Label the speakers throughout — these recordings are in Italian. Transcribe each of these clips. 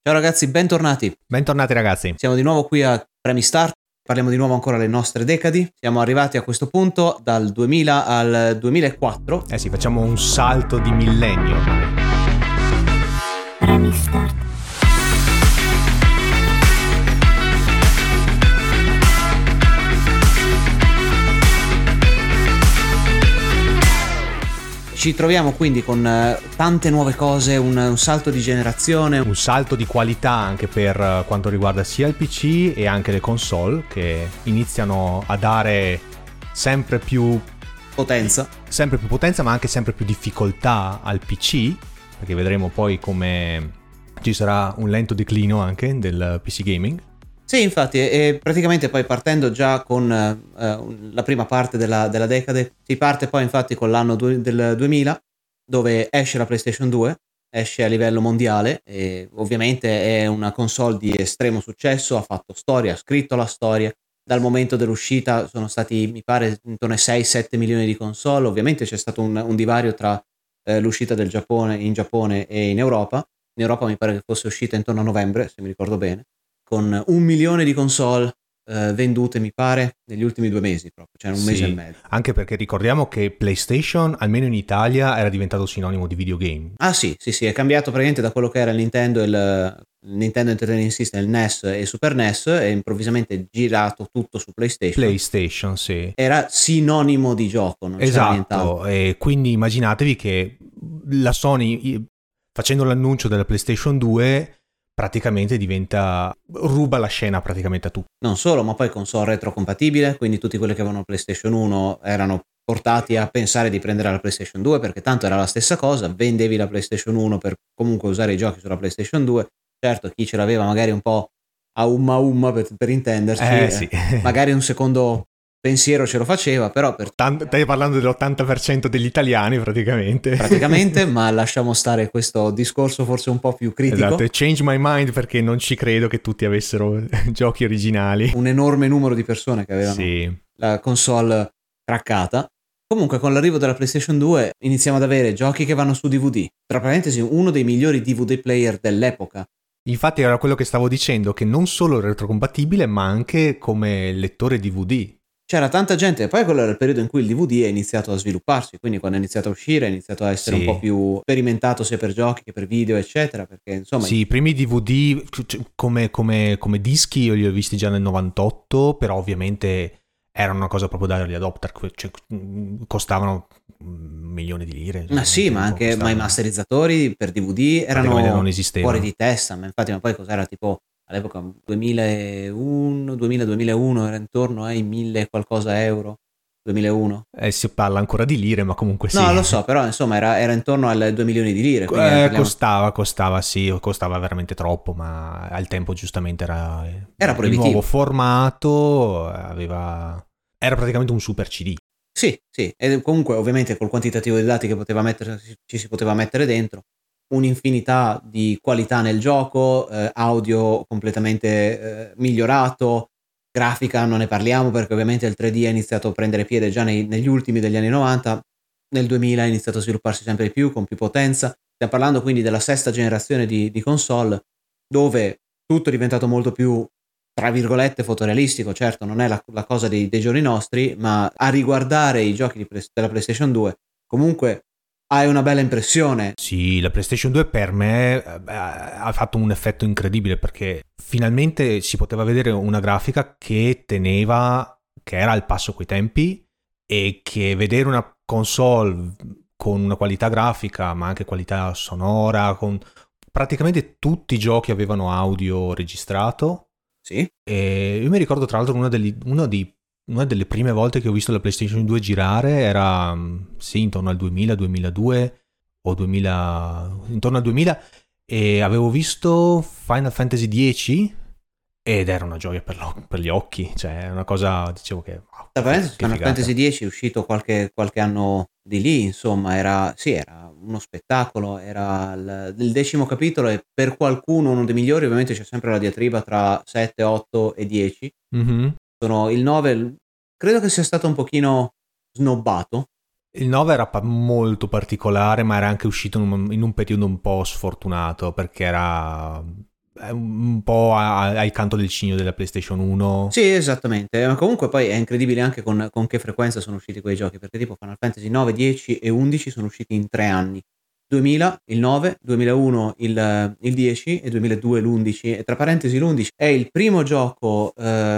Speaker 1: Ciao ragazzi, bentornati.
Speaker 2: Bentornati ragazzi.
Speaker 1: Siamo di nuovo qui a Premi Start, parliamo di nuovo ancora delle nostre decadi. Siamo arrivati a questo punto dal 2000 al 2004.
Speaker 2: Sì, facciamo un salto di millennio.
Speaker 3: Premi Start.
Speaker 1: Ci troviamo quindi con tante nuove cose, un salto di generazione.
Speaker 2: Un salto di qualità anche per quanto riguarda sia il PC e anche le console, che iniziano a dare sempre più
Speaker 1: potenza,
Speaker 2: ma anche sempre più difficoltà al PC, perché vedremo poi come ci sarà un lento declino anche del PC gaming.
Speaker 1: Sì, infatti, e praticamente poi partendo già con la prima parte della decade, si parte poi infatti con l'anno del 2000, dove esce la PlayStation 2, esce a livello mondiale, e ovviamente è una console di estremo successo, ha fatto storia, ha scritto la storia. Dal momento dell'uscita sono stati, mi pare, intorno ai 6-7 milioni di console. Ovviamente c'è stato un divario tra l'uscita del Giappone in Giappone e in Europa. In Europa mi pare che fosse uscita intorno a novembre, se mi ricordo bene, con 1 milione di console vendute, mi pare, negli ultimi 2 mesi proprio, cioè un mese e mezzo.
Speaker 2: Anche perché ricordiamo che PlayStation, almeno in Italia, era diventato sinonimo di videogame.
Speaker 1: Ah sì, è cambiato praticamente da quello che era il Nintendo, il Nintendo Entertainment System, il NES e Super NES, e improvvisamente girato tutto su PlayStation,
Speaker 2: sì.
Speaker 1: Era sinonimo di gioco, non c'era nient'altro.
Speaker 2: E quindi immaginatevi che la Sony, facendo l'annuncio della PlayStation 2, praticamente ruba la scena praticamente a tutti.
Speaker 1: Non solo, ma poi console retrocompatibile, quindi tutti quelli che avevano PlayStation 1 erano portati a pensare di prendere la PlayStation 2, perché tanto era la stessa cosa, vendevi la PlayStation 1 per comunque usare i giochi sulla PlayStation 2. Certo, chi ce l'aveva magari un po' a umma per intenderci,
Speaker 2: sì.
Speaker 1: magari un secondo pensiero ce lo faceva, però
Speaker 2: stai parlando dell'80% degli italiani praticamente,
Speaker 1: ma lasciamo stare questo discorso forse un po' più critico.
Speaker 2: Esatto, e change my mind, perché non ci credo che tutti avessero giochi originali.
Speaker 1: Un enorme numero di persone che avevano la console craccata. Comunque con l'arrivo della PlayStation 2 iniziamo ad avere giochi che vanno su DVD, tra parentesi uno dei migliori DVD player dell'epoca.
Speaker 2: Infatti era quello che stavo dicendo, che non solo retrocompatibile ma anche come lettore DVD.
Speaker 1: C'era tanta gente, e poi quello era il periodo in cui il DVD è iniziato a svilupparsi, quindi quando è iniziato a uscire è iniziato a essere un po' più sperimentato sia per giochi che per video, eccetera, perché insomma...
Speaker 2: Sì, i primi DVD come dischi io li ho visti già nel 98, però ovviamente erano una cosa proprio da early adopter, cioè, costavano 1 milione di lire.
Speaker 1: Ma sì, ma anche i masterizzatori per DVD erano
Speaker 2: non esistevano.
Speaker 1: Fuori di testa, ma infatti ma poi cos'era, tipo all'epoca 2001 era intorno ai 1000 e qualcosa euro. 2001
Speaker 2: si parla ancora di lire, ma comunque sì.
Speaker 1: No, lo so, però insomma era intorno alle 2 milioni di lire.
Speaker 2: Costava veramente troppo, ma al tempo giustamente era
Speaker 1: proibitivo.
Speaker 2: Il nuovo formato, era praticamente un super CD.
Speaker 1: Sì, e comunque ovviamente col quantitativo di dati che ci si poteva mettere dentro, un'infinità di qualità nel gioco, audio completamente migliorato, grafica non ne parliamo perché ovviamente il 3D ha iniziato a prendere piede già negli ultimi degli anni 90, nel 2000 ha iniziato a svilupparsi sempre di più, con più potenza. Stiamo parlando quindi della 6ª generazione di console, dove tutto è diventato molto più, tra virgolette, fotorealistico. Certo, non è la cosa dei giorni nostri, ma a riguardare i giochi della PlayStation 2 comunque hai una bella impressione.
Speaker 2: Sì, la PlayStation 2 per me ha fatto un effetto incredibile, perché finalmente si poteva vedere una grafica che era al passo coi tempi, e che vedere una console con una qualità grafica ma anche qualità sonora, con praticamente tutti i giochi avevano audio registrato.
Speaker 1: Sì.
Speaker 2: E io mi ricordo tra l'altro una delle prime volte che ho visto la PlayStation 2 girare era intorno al 2000, 2002 o 2000, intorno al 2000, e avevo visto Final Fantasy X ed era una gioia per gli occhi, cioè una cosa, dicevo che
Speaker 1: Final Fantasy X è uscito qualche anno di lì, insomma era uno spettacolo, era il 10° capitolo, e per qualcuno uno dei migliori. Ovviamente c'è sempre la diatriba tra 7, 8 e 10.
Speaker 2: Mm-hmm.
Speaker 1: Il 9 credo che sia stato un pochino snobbato.
Speaker 2: Il 9 era molto particolare, ma era anche uscito in un periodo un po' sfortunato, perché era è un po' al canto del cigno della PlayStation 1.
Speaker 1: Sì, esattamente, ma comunque poi è incredibile anche con che frequenza sono usciti quei giochi, perché tipo Final Fantasy 9, 10 e 11 sono usciti in 3 anni. 2000 il 9, 2001 il 10 e 2002 l'11, e tra parentesi l'11 è il primo gioco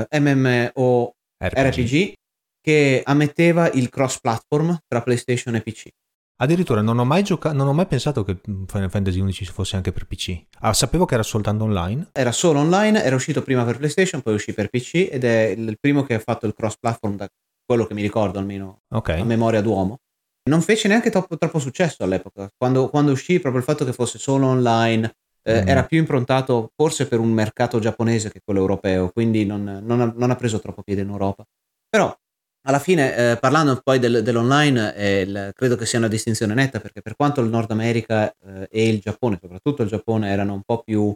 Speaker 1: MMORPG che ammetteva il cross platform tra PlayStation e PC.
Speaker 2: Addirittura non ho mai pensato che Final Fantasy 11 fosse anche per PC. Sapevo che era soltanto online.
Speaker 1: Era solo online, era uscito prima per PlayStation, poi uscì per PC ed è il primo che ha fatto il cross platform, da quello che mi ricordo almeno, a memoria d'uomo. Non fece neanche troppo successo all'epoca, quando uscì, proprio il fatto che fosse solo online, era più improntato forse per un mercato giapponese che quello europeo, quindi non ha preso troppo piede in Europa. Però alla fine, parlando poi dell'online, credo che sia una distinzione netta, perché per quanto il Nord America e il Giappone, soprattutto il Giappone, erano un po' più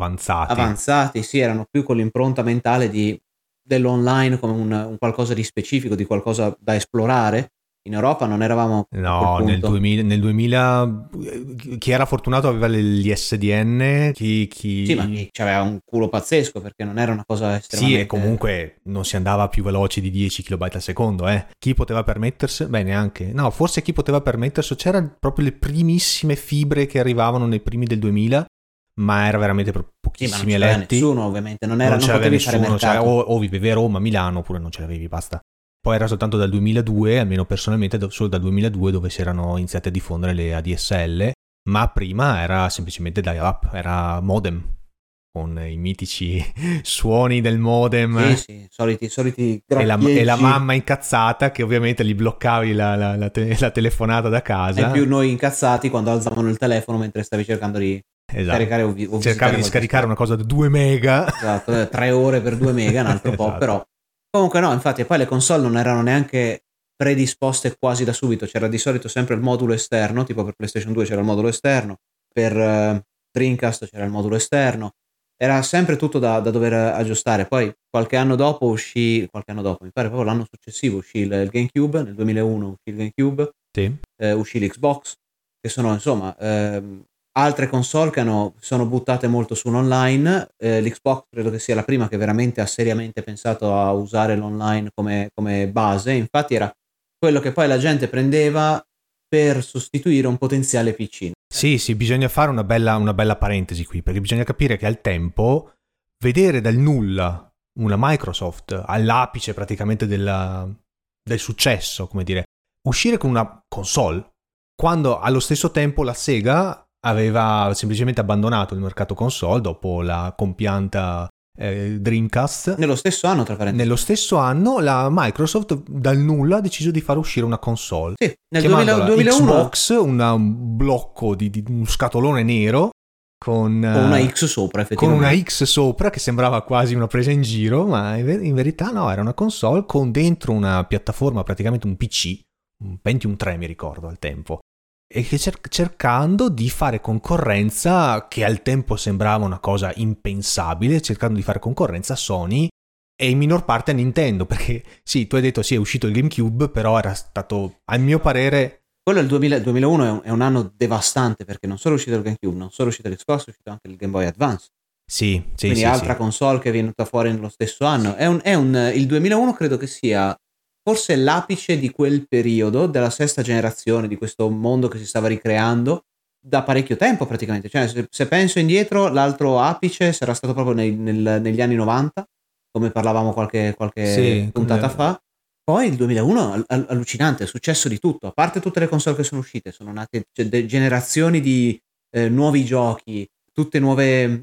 Speaker 1: avanzati, sì, erano più con l'impronta mentale dell'online come un qualcosa di specifico, di qualcosa da esplorare. In Europa non eravamo
Speaker 2: a quel punto. Nel 2000 chi era fortunato aveva gli SDN,
Speaker 1: Sì, ma chi aveva un culo pazzesco, perché non era una cosa estremamente...
Speaker 2: Sì, e comunque non si andava più veloci di 10 kB al secondo, Chi poteva permettersi? Beh, neanche. No, forse chi poteva permettersi, c'erano proprio le primissime fibre che arrivavano nei primi del 2000, ma era veramente per pochissimi eletti.
Speaker 1: Nessuno, ovviamente, non potevi
Speaker 2: nessuno,
Speaker 1: fare mercato.
Speaker 2: O vivevi a Roma, Milano, oppure non ce l'avevi, basta. Poi era soltanto dal 2002, almeno personalmente solo dal 2002, dove si erano iniziate a diffondere le ADSL, ma prima era semplicemente dial-up, era modem, con i mitici suoni del modem.
Speaker 1: Sì, soliti
Speaker 2: e la mamma incazzata che ovviamente gli bloccavi la telefonata da casa.
Speaker 1: E più noi incazzati quando alzavano il telefono mentre stavi cercando di caricare o
Speaker 2: cercavi di scaricare una cosa da 2 mega.
Speaker 1: Esatto, 3 ore per 2 mega, un altro po', però... Comunque no, infatti, poi le console non erano neanche predisposte quasi da subito, c'era di solito sempre il modulo esterno, tipo per PlayStation 2 c'era il modulo esterno, per Dreamcast c'era il modulo esterno, era sempre tutto da dover aggiustare. Poi qualche anno dopo, mi pare proprio l'anno successivo, uscì il GameCube, nel 2001 uscì il GameCube,
Speaker 2: sì.
Speaker 1: Uscì l'Xbox, che sono insomma... altre console che sono buttate molto su un online. L'Xbox credo che sia la prima che veramente ha seriamente pensato a usare l'online come base, infatti era quello che poi la gente prendeva per sostituire un potenziale PC.
Speaker 2: Sì, bisogna fare una bella parentesi qui, perché bisogna capire che al tempo vedere dal nulla una Microsoft all'apice praticamente del successo, come dire, uscire con una console, quando allo stesso tempo la Sega aveva semplicemente abbandonato il mercato console dopo la compianta Dreamcast.
Speaker 1: Nello stesso anno, tra parentesi.
Speaker 2: Nello stesso anno la Microsoft dal nulla ha deciso di far uscire una console.
Speaker 1: Sì, nel 2001.
Speaker 2: Xbox, un blocco di un scatolone nero con
Speaker 1: una X sopra, effettivamente.
Speaker 2: Con una X sopra che sembrava quasi una presa in giro, ma in verità no, era una console con dentro una piattaforma, praticamente un PC, un Pentium 3 mi ricordo al tempo, e che cercando di fare concorrenza, che al tempo sembrava una cosa impensabile, cercando di fare concorrenza a Sony e in minor parte a Nintendo, perché sì, tu hai detto sì, è uscito il GameCube, però era stato, a mio parere...
Speaker 1: Quello il 2001 è un anno devastante, perché non solo è uscito il GameCube, non solo è uscito l'Xbox, è uscito anche il Game Boy Advance.
Speaker 2: Sì.
Speaker 1: Quindi altra console che è venuta fuori nello stesso anno. Il 2001 credo che sia forse l'apice di quel periodo, della sesta generazione, di questo mondo che si stava ricreando da parecchio tempo praticamente. Cioè, se penso indietro, l'altro apice sarà stato proprio negli anni 90, come parlavamo qualche puntata fa. Poi il 2001 allucinante, è successo di tutto, a parte tutte le console che sono uscite, sono nate generazioni di nuovi giochi, tutte nuove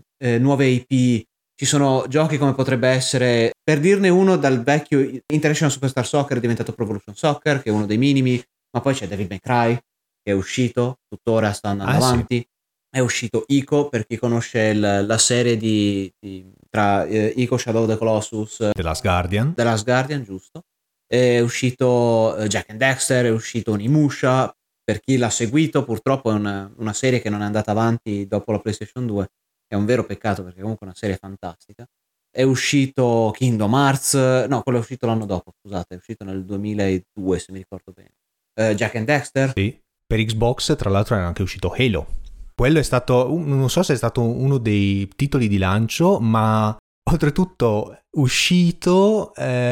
Speaker 1: IP. Ci sono giochi come potrebbe essere, per dirne uno, dal vecchio International Superstar Soccer è diventato Pro Evolution Soccer, che è uno dei minimi, ma poi c'è Devil May Cry, che è uscito, tuttora sta andando avanti. Sì. È uscito Ico, per chi conosce la serie tra Ico, Shadow of the Colossus,
Speaker 2: The Last Guardian,
Speaker 1: giusto. È uscito Jak and Daxter, è uscito Onimusha, per chi l'ha seguito purtroppo è una serie che non è andata avanti dopo la PlayStation 2. È un vero peccato, perché comunque è una serie fantastica. È uscito Kingdom Hearts, no, quello è uscito l'anno dopo, scusate, è uscito nel 2002 se mi ricordo bene. Jak and Daxter.
Speaker 2: Sì, per Xbox tra l'altro era anche uscito Halo. quello è stato, non so se è stato uno dei titoli di lancio, ma oltretutto uscito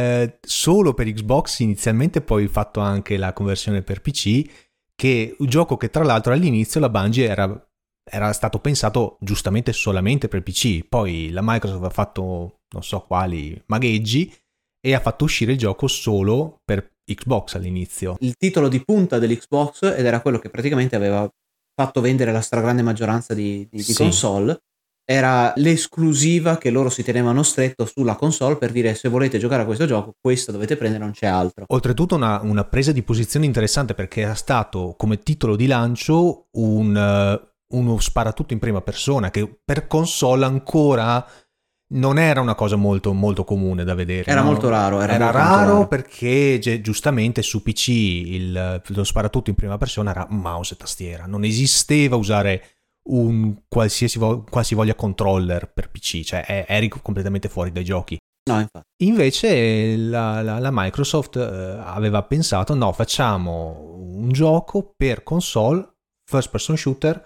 Speaker 2: solo per Xbox inizialmente, poi fatto anche la conversione per PC, che un gioco che tra l'altro all'inizio la Bungie era stato pensato giustamente solamente per PC, poi la Microsoft ha fatto non so quali magheggi e ha fatto uscire il gioco solo per Xbox all'inizio.
Speaker 1: Il titolo di punta dell'Xbox, ed era quello che praticamente aveva fatto vendere la stragrande maggioranza di
Speaker 2: Sì.
Speaker 1: console, era l'esclusiva che loro si tenevano stretto sulla console per dire: se volete giocare a questo gioco, questo dovete prendere, non c'è altro.
Speaker 2: Oltretutto una presa di posizione interessante, perché era stato come titolo di lancio uno sparatutto in prima persona, che per console ancora non era una cosa molto, molto comune da vedere.
Speaker 1: Era
Speaker 2: no?
Speaker 1: molto raro.
Speaker 2: Era
Speaker 1: molto
Speaker 2: raro perché giustamente su PC lo sparatutto in prima persona era mouse e tastiera. Non esisteva usare un qualsivoglia controller per PC, cioè eri completamente fuori dai giochi.
Speaker 1: No, infatti.
Speaker 2: Invece la Microsoft aveva pensato: no, facciamo un gioco per console first person shooter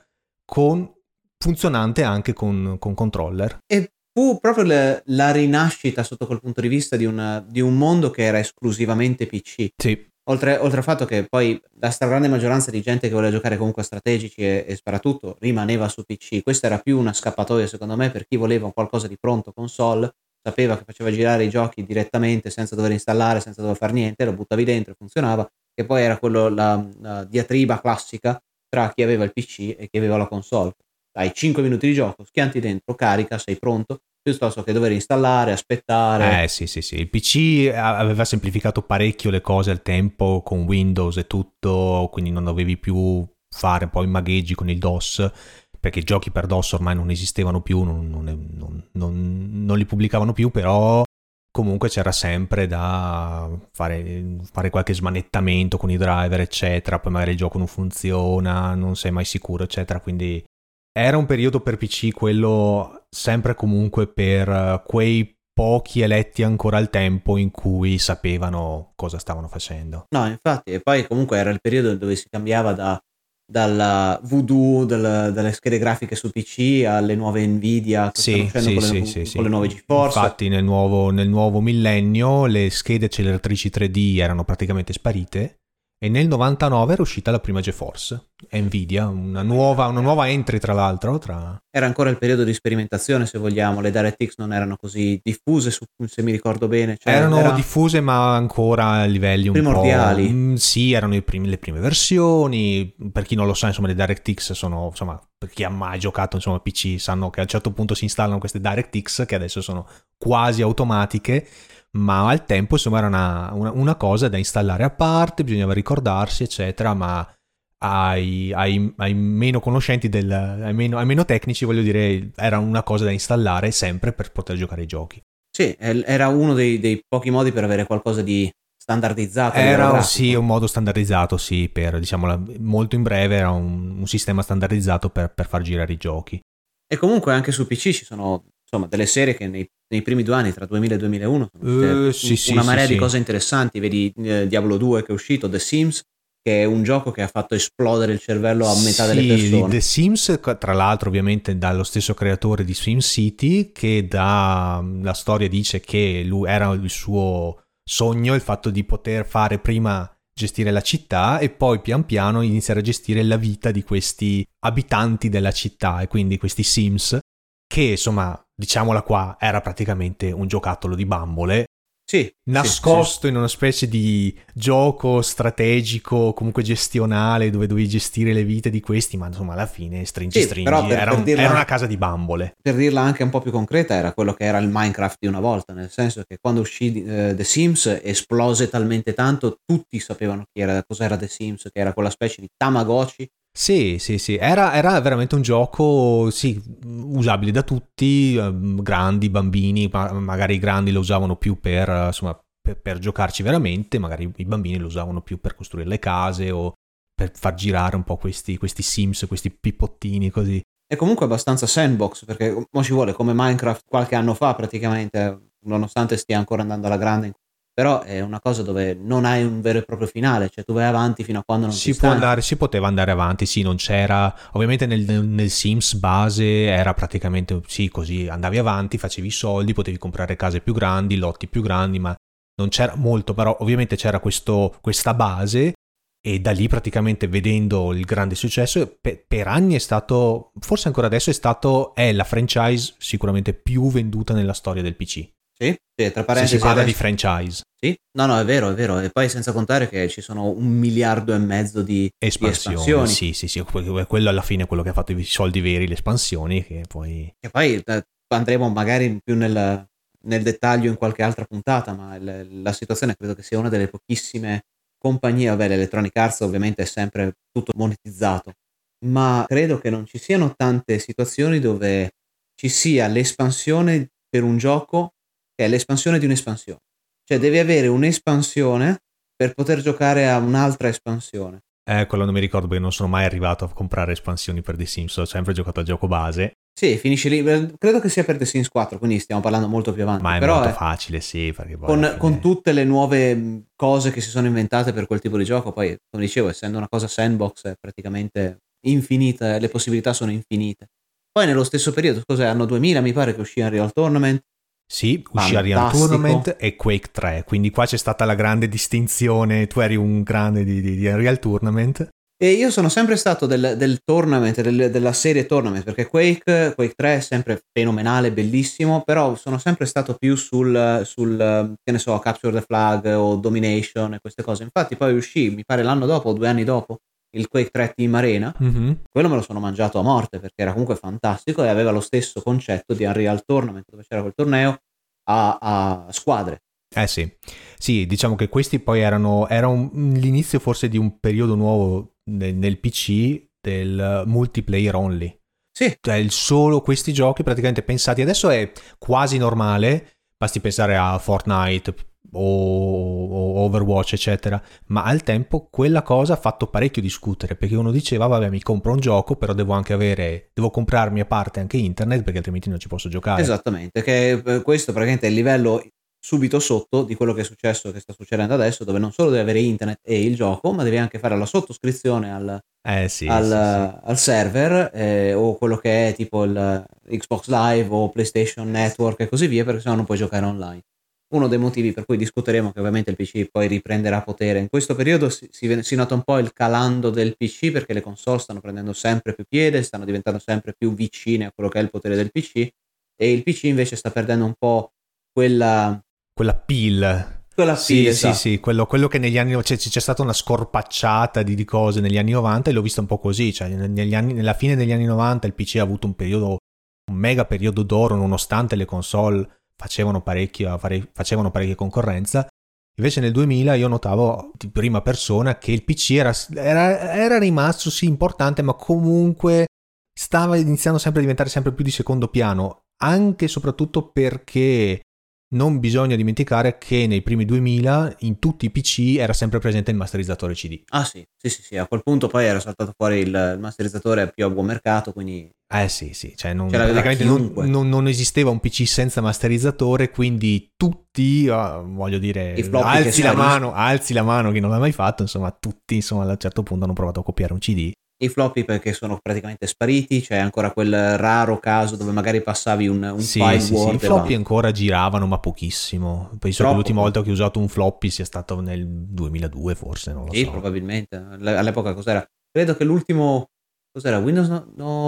Speaker 2: funzionante anche con controller.
Speaker 1: E fu proprio la rinascita sotto quel punto di vista di un mondo che era esclusivamente PC.
Speaker 2: Sì.
Speaker 1: Oltre al fatto che poi la stragrande maggioranza di gente che voleva giocare comunque a strategici e sparatutto rimaneva su PC. Questa era più una scappatoia secondo me per chi voleva qualcosa di pronto console, sapeva che faceva girare i giochi direttamente senza dover installare, senza dover fare niente, lo buttavi dentro e funzionava, che poi era quello la diatriba classica tra chi aveva il PC e chi aveva la console. Hai 5 minuti di gioco, schianti dentro, carica, sei pronto, piuttosto che dover installare, aspettare.
Speaker 2: Sì. Il PC aveva semplificato parecchio le cose al tempo con Windows e tutto, quindi non dovevi più fare poi magheggi con il DOS, perché i giochi per DOS ormai non esistevano più, non li pubblicavano più, però comunque c'era sempre da fare qualche smanettamento con i driver, eccetera, poi magari il gioco non funziona, non sei mai sicuro, eccetera, quindi era un periodo per PC quello sempre comunque per quei pochi eletti ancora al tempo in cui sapevano cosa stavano facendo.
Speaker 1: No, infatti, e poi comunque era il periodo dove si cambiava dalla Voodoo, dalle schede grafiche su PC alle nuove Nvidia che stanno uscendo con le nuove GeForce.
Speaker 2: Infatti nel nuovo millennio le schede acceleratrici 3D erano praticamente sparite e nel 99 era uscita la prima GeForce Nvidia, una nuova entry tra l'altro.
Speaker 1: Era ancora il periodo di sperimentazione, se vogliamo, le DirectX non erano così diffuse, se mi ricordo bene. Cioè,
Speaker 2: erano diffuse ma ancora a livelli un
Speaker 1: primordiali.
Speaker 2: Po'... Sì, erano le prime versioni. Per chi non lo sa, insomma, le DirectX sono, insomma, per chi ha mai giocato insomma PC sanno che a un certo punto si installano queste DirectX che adesso sono quasi automatiche, ma al tempo insomma era una cosa da installare a parte, bisognava ricordarsi eccetera, ma ai meno conoscenti, ai meno tecnici, voglio dire, era una cosa da installare sempre per poter giocare ai giochi.
Speaker 1: Sì, era uno dei pochi modi per avere qualcosa di standardizzato.
Speaker 2: Era sì, un modo standardizzato, sì, per diciamo molto in breve era un sistema standardizzato per far girare i giochi.
Speaker 1: E comunque anche su PC ci sono insomma delle serie che nei primi 2 anni, tra 2000 e 2001, una marea di cose interessanti. Vedi Diablo 2 che è uscito, The Sims, che è un gioco che ha fatto esplodere il cervello a metà delle persone.
Speaker 2: The Sims, tra l'altro ovviamente dallo stesso creatore di SimCity, che la storia dice che lui era il suo sogno il fatto di poter fare prima gestire la città e poi pian piano iniziare a gestire la vita di questi abitanti della città, e quindi questi Sims, che insomma, diciamola qua, era praticamente un giocattolo di bambole.
Speaker 1: Sì,
Speaker 2: nascosto in una specie di gioco strategico, comunque gestionale, dove dovevi gestire le vite di questi, ma insomma alla fine stringi,
Speaker 1: però
Speaker 2: era una casa di bambole.
Speaker 1: Per dirla anche un po' più concreta, era quello che era il Minecraft di una volta, nel senso che quando uscì The Sims esplose talmente tanto, tutti sapevano cos'era The Sims, che era quella specie di Tamagotchi.
Speaker 2: Sì, era veramente un gioco, sì, usabile da tutti, grandi, bambini, magari i grandi lo usavano più per giocarci veramente, magari i bambini lo usavano più per costruire le case o per far girare un po' questi Sims, questi pippottini così.
Speaker 1: È comunque abbastanza sandbox, perché mo ci vuole come Minecraft qualche anno fa praticamente, nonostante stia ancora andando alla grande però è una cosa dove non hai un vero e proprio finale, cioè tu vai avanti fino a quando non ti stanchi.
Speaker 2: Si poteva andare avanti, sì, non c'era, ovviamente nel Sims base era praticamente, sì, così, andavi avanti, facevi i soldi, potevi comprare case più grandi, lotti più grandi, ma non c'era molto, però ovviamente c'era questa base e da lì praticamente vedendo il grande successo, per anni è stato, forse ancora adesso è la franchise sicuramente più venduta nella storia del PC.
Speaker 1: Sì, sì, tra
Speaker 2: Se
Speaker 1: parentesi
Speaker 2: si parla
Speaker 1: adesso...
Speaker 2: di franchise.
Speaker 1: Sì, no, è vero, e poi senza contare che ci sono 1,5 miliardi di espansioni.
Speaker 2: Sì, quello alla fine è quello che ha fatto i soldi veri, le espansioni, che poi...
Speaker 1: E poi andremo magari più nel dettaglio in qualche altra puntata, ma la situazione credo che sia una delle pochissime compagnie, vabbè, l'Electronic Arts ovviamente è sempre tutto monetizzato, ma credo che non ci siano tante situazioni dove ci sia l'espansione per un gioco che è l'espansione di un'espansione. Cioè devi avere un'espansione per poter giocare a un'altra espansione.
Speaker 2: Quello non mi ricordo perché non sono mai arrivato a comprare espansioni per The Sims, ho sempre giocato al gioco base.
Speaker 1: Sì, finisce lì, credo che sia per The Sims 4, quindi stiamo parlando molto più avanti.
Speaker 2: Ma è
Speaker 1: però
Speaker 2: molto facile, sì, perché poi
Speaker 1: con,
Speaker 2: alla fine...
Speaker 1: con tutte le nuove cose che si sono inventate per quel tipo di gioco, poi come dicevo, essendo una cosa sandbox è praticamente infinita, le possibilità sono infinite. Poi nello stesso periodo, cos'è, anno 2000 mi pare che uscì Unreal Tournament.
Speaker 2: Sì, uscì Unreal Tournament e Quake 3, quindi qua c'è stata la grande distinzione, tu eri un grande di Unreal Tournament.
Speaker 1: E io sono sempre stato del tournament, della serie tournament, perché Quake 3 è sempre fenomenale, bellissimo, però sono sempre stato più sul che ne so, Capture the Flag o Domination e queste cose. Infatti poi uscì, mi pare l'anno dopo o 2 anni dopo, il Quake 3 Team Arena.
Speaker 2: Mm-hmm.
Speaker 1: Quello me lo sono mangiato a morte perché era comunque fantastico e aveva lo stesso concetto di Unreal Tournament, dove c'era quel torneo a squadre.
Speaker 2: Sì, diciamo che questi poi era l'inizio forse di un periodo nuovo nel PC del multiplayer only.
Speaker 1: Sì.
Speaker 2: Cioè solo questi giochi praticamente pensati, adesso è quasi normale, basti pensare a Fortnite o Overwatch eccetera, ma al tempo quella cosa ha fatto parecchio discutere perché uno diceva vabbè mi compro un gioco però devo comprarmi a parte anche internet perché altrimenti non ci posso giocare.
Speaker 1: Esattamente, che questo praticamente è il livello subito sotto di quello che è successo, che sta succedendo adesso, dove non solo devi avere internet e il gioco, ma devi anche fare la sottoscrizione al server o quello che è tipo il Xbox Live o PlayStation Network e così via, perché sennò non puoi giocare online. Uno dei motivi per cui discuteremo che ovviamente il PC poi riprenderà potere. In questo periodo si nota un po' il calando del PC perché le console stanno prendendo sempre più piede, stanno diventando sempre più vicine a quello che è il potere del PC e il PC invece sta perdendo un po' quella
Speaker 2: pill. Sì,
Speaker 1: esatto.
Speaker 2: sì, quello che negli anni c'è stata una scorpacciata di cose negli anni 90 e l'ho vista un po' così, cioè nella fine degli anni 90 il PC ha avuto un mega periodo d'oro nonostante le console facevano parecchia concorrenza. Invece nel 2000 io notavo di prima persona che il PC era rimasto sì importante, ma comunque stava iniziando sempre a diventare sempre più di secondo piano, anche e soprattutto perché non bisogna dimenticare che nei primi 2000 in tutti i PC era sempre presente il masterizzatore CD.
Speaker 1: Ah sì, a quel punto poi era saltato fuori il masterizzatore più a buon mercato, quindi...
Speaker 2: Sì, cioè
Speaker 1: praticamente
Speaker 2: non esisteva un PC senza masterizzatore, quindi tutti, voglio dire, alzi la mano chi non l'ha mai fatto, insomma tutti insomma a un certo punto hanno provato a copiare un CD.
Speaker 1: I floppy perché sono praticamente spariti, c'è ancora quel raro caso dove magari passavi un file Word.
Speaker 2: I floppy ancora giravano ma pochissimo, penso che l'ultima volta che ho usato un floppy sia stato nel 2002 forse, non lo so.
Speaker 1: Sì, probabilmente, all'epoca cos'era? Credo che l'ultimo, cos'era, Windows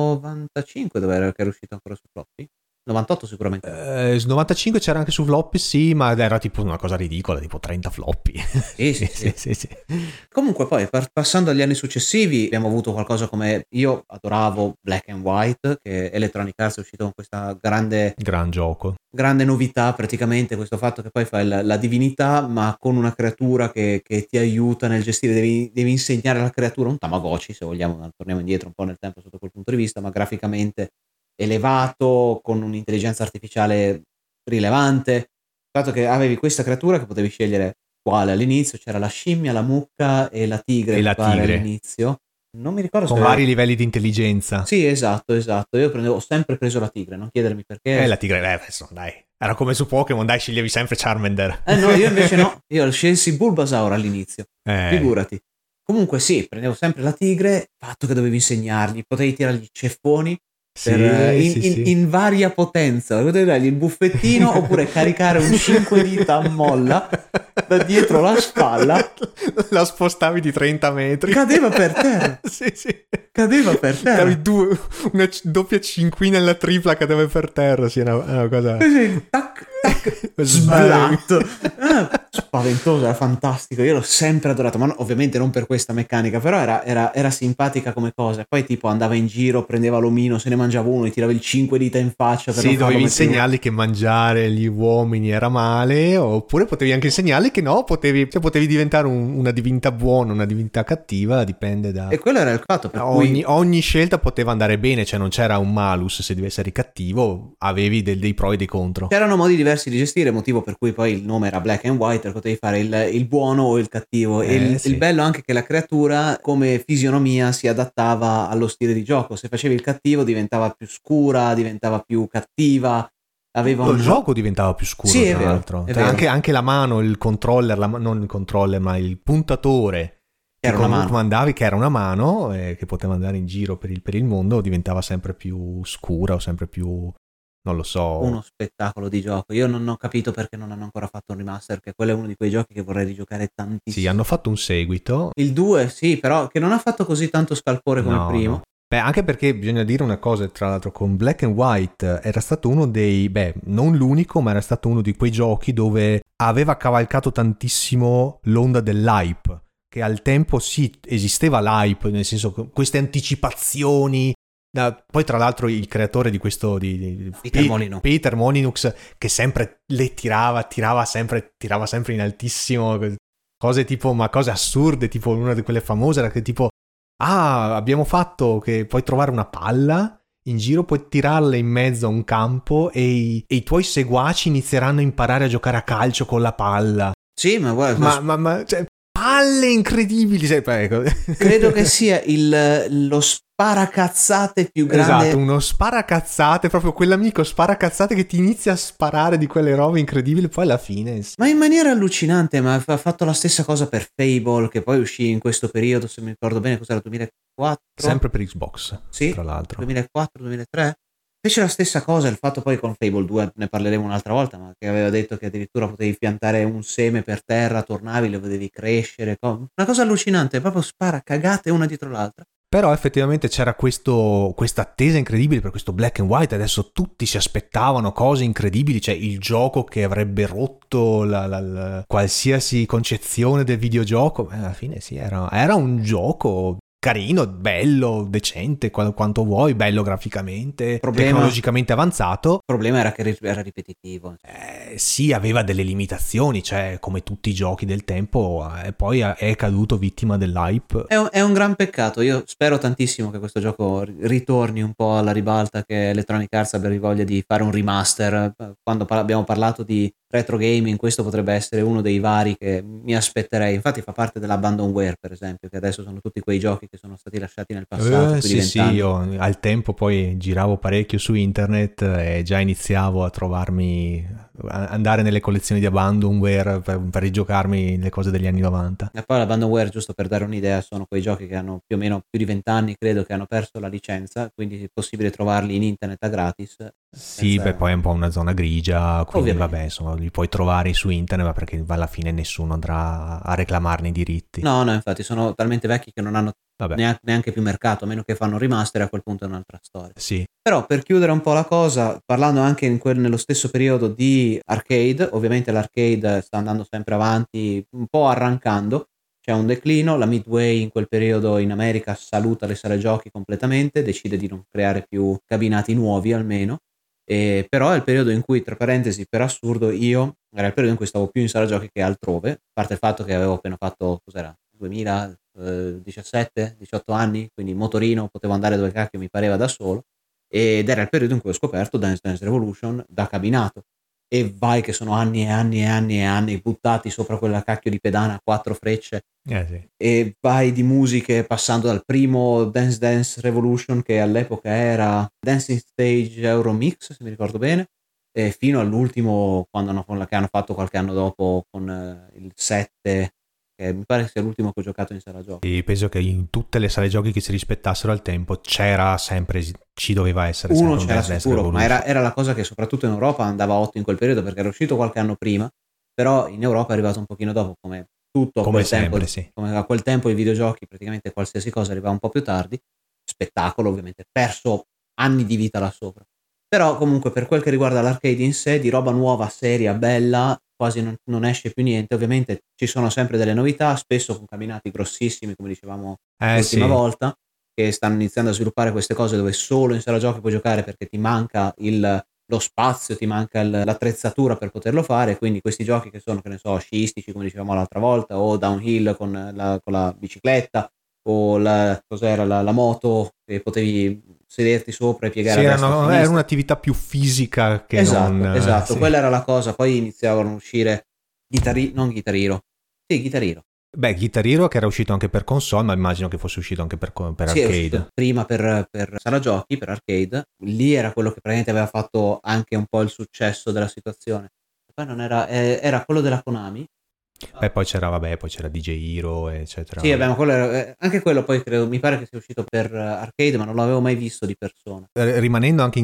Speaker 1: 95 dove era che era uscito ancora su floppy? 98 sicuramente.
Speaker 2: 95 c'era anche su floppy, sì, ma era tipo una cosa ridicola, tipo 30 floppy.
Speaker 1: Sì. Comunque poi passando agli anni successivi abbiamo avuto qualcosa come, io adoravo Black and White, che Electronic Arts è uscito con questa
Speaker 2: gran gioco,
Speaker 1: grande novità, praticamente questo fatto che poi fai la divinità ma con una creatura che ti aiuta nel gestire, devi insegnare alla creatura un Tamagotchi, se vogliamo, torniamo indietro un po' nel tempo sotto quel punto di vista, ma graficamente elevato, con un'intelligenza artificiale rilevante. Il fatto che avevi questa creatura che potevi scegliere quale all'inizio, c'era la scimmia, la mucca e la tigre, all'inizio. Non mi ricordo
Speaker 2: con vari livelli di intelligenza.
Speaker 1: Sì, esatto. Io ho sempre preso la tigre, non chiedermi perché.
Speaker 2: La tigre, adesso dai. Era come su Pokémon, dai, sceglievi sempre Charmander.
Speaker 1: No, io invece no, io scelsi Bulbasaur all'inizio, figurati. Comunque sì, prendevo sempre la tigre, fatto che dovevi insegnargli, potevi tirargli i ceffoni in varia potenza, potevi dargli il buffettino oppure caricare un 5 dita a molla da dietro la spalla.
Speaker 2: La spostavi di 30 metri.
Speaker 1: Cadeva per terra.
Speaker 2: Sì.
Speaker 1: Cadeva per terra.
Speaker 2: Una doppia cinquina e la tripla cadeva per terra, sì, una cosa...
Speaker 1: Sì, tac, sblatto. Spaventoso, era fantastico, io l'ho sempre adorato, ma ovviamente non per questa meccanica, però era simpatica come cosa. Poi tipo andava in giro, prendeva l'omino, se ne mangiava uno, gli tirava il 5 dita in faccia per
Speaker 2: dovevi insegnargli che mangiare gli uomini era male, oppure potevi anche insegnargli che no, potevi diventare una divinità buona, una divinità cattiva, dipende da...
Speaker 1: E quello era il fatto per cui
Speaker 2: ogni scelta poteva andare bene, cioè non c'era un malus se devi essere cattivo, avevi dei pro e dei contro.
Speaker 1: C'erano modi diversi di gestire, motivo per cui poi il nome era Black and White, potevi fare il buono o il cattivo. E il bello anche che la creatura come fisionomia si adattava allo stile di gioco. Se facevi il cattivo diventava più scura, diventava più cattiva.
Speaker 2: Il gioco diventava più scuro,
Speaker 1: sì,
Speaker 2: tra l'altro. Anche la mano, il controller, non il controller, ma il puntatore che comandavi, che era una mano, che poteva andare in giro per il mondo, diventava sempre più scura o sempre più... non lo so.
Speaker 1: Uno spettacolo di gioco. Io non ho capito perché non hanno ancora fatto un remaster, che quello è uno di quei giochi che vorrei rigiocare tantissimo.
Speaker 2: Sì, hanno fatto un seguito.
Speaker 1: Il 2, sì, però che non ha fatto così tanto scalpore come il primo.
Speaker 2: No. Beh, anche perché bisogna dire una cosa, tra l'altro, con Black and White era stato uno dei, non l'unico, ma era stato uno di quei giochi dove aveva cavalcato tantissimo l'onda dell'hype, che al tempo sì, esisteva l'hype, nel senso che queste anticipazioni. Poi tra l'altro il creatore di questo di Peter Molyneux, che sempre le tirava sempre in altissimo, cose tipo, ma cose assurde, tipo una di quelle famose era che tipo abbiamo fatto che puoi trovare una palla in giro, puoi tirarla in mezzo a un campo e i tuoi seguaci inizieranno a imparare a giocare a calcio con la palla.
Speaker 1: Sì, ma guarda,
Speaker 2: ma cioè, palle incredibili,
Speaker 1: credo che sia lo sparacazzate più grande.
Speaker 2: Esatto, uno sparacazzate, proprio quell'amico sparacazzate che ti inizia a sparare di quelle robe incredibili, poi alla fine...
Speaker 1: Ma in maniera allucinante, ma ha fatto la stessa cosa per Fable, che poi uscì in questo periodo, se mi ricordo bene, cos'era, 2004?
Speaker 2: Sempre per Xbox, sì, tra l'altro.
Speaker 1: 2004-2003? Fece la stessa cosa, il fatto poi con Fable 2, ne parleremo un'altra volta, ma che aveva detto che addirittura potevi piantare un seme per terra, tornavi, lo vedevi crescere, una cosa allucinante, proprio spara cagate una dietro l'altra.
Speaker 2: Però effettivamente c'era questa attesa incredibile per questo Black and White, adesso tutti si aspettavano cose incredibili, cioè il gioco che avrebbe rotto qualsiasi concezione del videogioco. Alla fine sì, era un gioco carino, bello, decente, quanto vuoi, bello graficamente, tecnologicamente avanzato. Il
Speaker 1: problema era che era ripetitivo.
Speaker 2: Sì, aveva delle limitazioni, cioè come tutti i giochi del tempo, e poi è caduto vittima dell'hype.
Speaker 1: È un gran peccato, io spero tantissimo che questo gioco ritorni un po' alla ribalta, che Electronic Arts abbia voglia di fare un remaster. Quando abbiamo parlato di retro gaming, questo potrebbe essere uno dei vari che mi aspetterei. Infatti fa parte dell'abandonware, per esempio, che adesso sono tutti quei giochi che sono stati lasciati nel passato.
Speaker 2: Sì, io al tempo poi giravo parecchio su internet e già iniziavo a andare nelle collezioni di abandonware per rigiocarmi le cose degli anni 90.
Speaker 1: E poi l'abandonware, giusto per dare un'idea, sono quei giochi che hanno più o meno più di 20 anni, credo, che hanno perso la licenza, quindi è possibile trovarli in internet a gratis.
Speaker 2: Sì, poi è un po' una zona grigia, quindi ovviamente. Vabbè, insomma, li puoi trovare su internet, ma perché alla fine nessuno andrà a reclamarne i diritti.
Speaker 1: No, infatti sono talmente vecchi che non hanno neanche più mercato, a meno che fanno remaster, a quel punto è un'altra storia.
Speaker 2: Sì.
Speaker 1: Però per chiudere un po' la cosa, parlando anche nello stesso periodo di arcade, ovviamente l'arcade sta andando sempre avanti, un po' arrancando, c'è un declino, la Midway in quel periodo in America saluta le sale giochi completamente, decide di non creare più cabinati nuovi almeno. Però è il periodo in cui, tra parentesi, per assurdo, era il periodo in cui stavo più in sala giochi che altrove, a parte il fatto che avevo appena fatto, 2017, 18 anni, quindi motorino, potevo andare dove cacchio mi pareva da solo, ed era il periodo in cui ho scoperto Dance Dance Revolution da cabinato, e vai che sono anni e anni e anni e anni buttati sopra quella cacchio di pedana a 4 frecce,
Speaker 2: sì.
Speaker 1: E vai di musiche passando dal primo Dance Dance Revolution, che all'epoca era Dancing Stage Euromix, se mi ricordo bene, fino all'ultimo che hanno fatto qualche anno dopo con il 7, che mi pare sia l'ultimo che ho giocato in sala giochi.
Speaker 2: E penso che in tutte le sale giochi che si rispettassero al tempo c'era sempre, ci doveva essere
Speaker 1: Uno
Speaker 2: sempre un
Speaker 1: c'era
Speaker 2: Dance Dance
Speaker 1: sicuro, ma
Speaker 2: Revolution.
Speaker 1: era la cosa che soprattutto in Europa andava 8 in quel periodo, perché era uscito qualche anno prima, però in Europa è arrivato un pochino dopo, come tutto a
Speaker 2: Come
Speaker 1: quel tempo,
Speaker 2: sempre, sì.
Speaker 1: come a quel tempo i videogiochi, praticamente qualsiasi cosa arrivava un po' più tardi, spettacolo ovviamente, perso anni di vita là sopra. Però comunque per quel che riguarda l'arcade in sé, di roba nuova, seria, bella, quasi non esce più niente. Ovviamente ci sono sempre delle novità, spesso con cabinati grossissimi, come dicevamo l'ultima
Speaker 2: Sì.
Speaker 1: volta, che stanno iniziando a sviluppare queste cose dove solo in sala giochi puoi giocare perché ti manca lo spazio, ti manca l'attrezzatura per poterlo fare, quindi questi giochi che sono, che ne so, sciistici, come dicevamo l'altra volta, o downhill con la bicicletta, o cos'era, la moto, che potevi sederti sopra e piegare
Speaker 2: Sì,
Speaker 1: a destra e a
Speaker 2: era
Speaker 1: sinistra.
Speaker 2: un'attività più fisica che non...
Speaker 1: Esatto,
Speaker 2: sì.
Speaker 1: quella era la cosa. Poi iniziavano a uscire non Guitar Hero. Sì, Guitar Hero.
Speaker 2: Beh, Guitar Hero che era uscito anche per console, ma immagino che fosse uscito anche per
Speaker 1: Sì, è uscito
Speaker 2: arcade.
Speaker 1: prima per sala giochi, per arcade. Lì era quello che praticamente aveva fatto anche un po' il successo della situazione. Poi non era, era quello della Konami.
Speaker 2: Beh, poi c'era DJ Hero, eccetera.
Speaker 1: Sì, vabbè, ma quello anche quello poi credo, mi pare che sia uscito per arcade, ma non l'avevo mai visto di persona.
Speaker 2: Rimanendo anche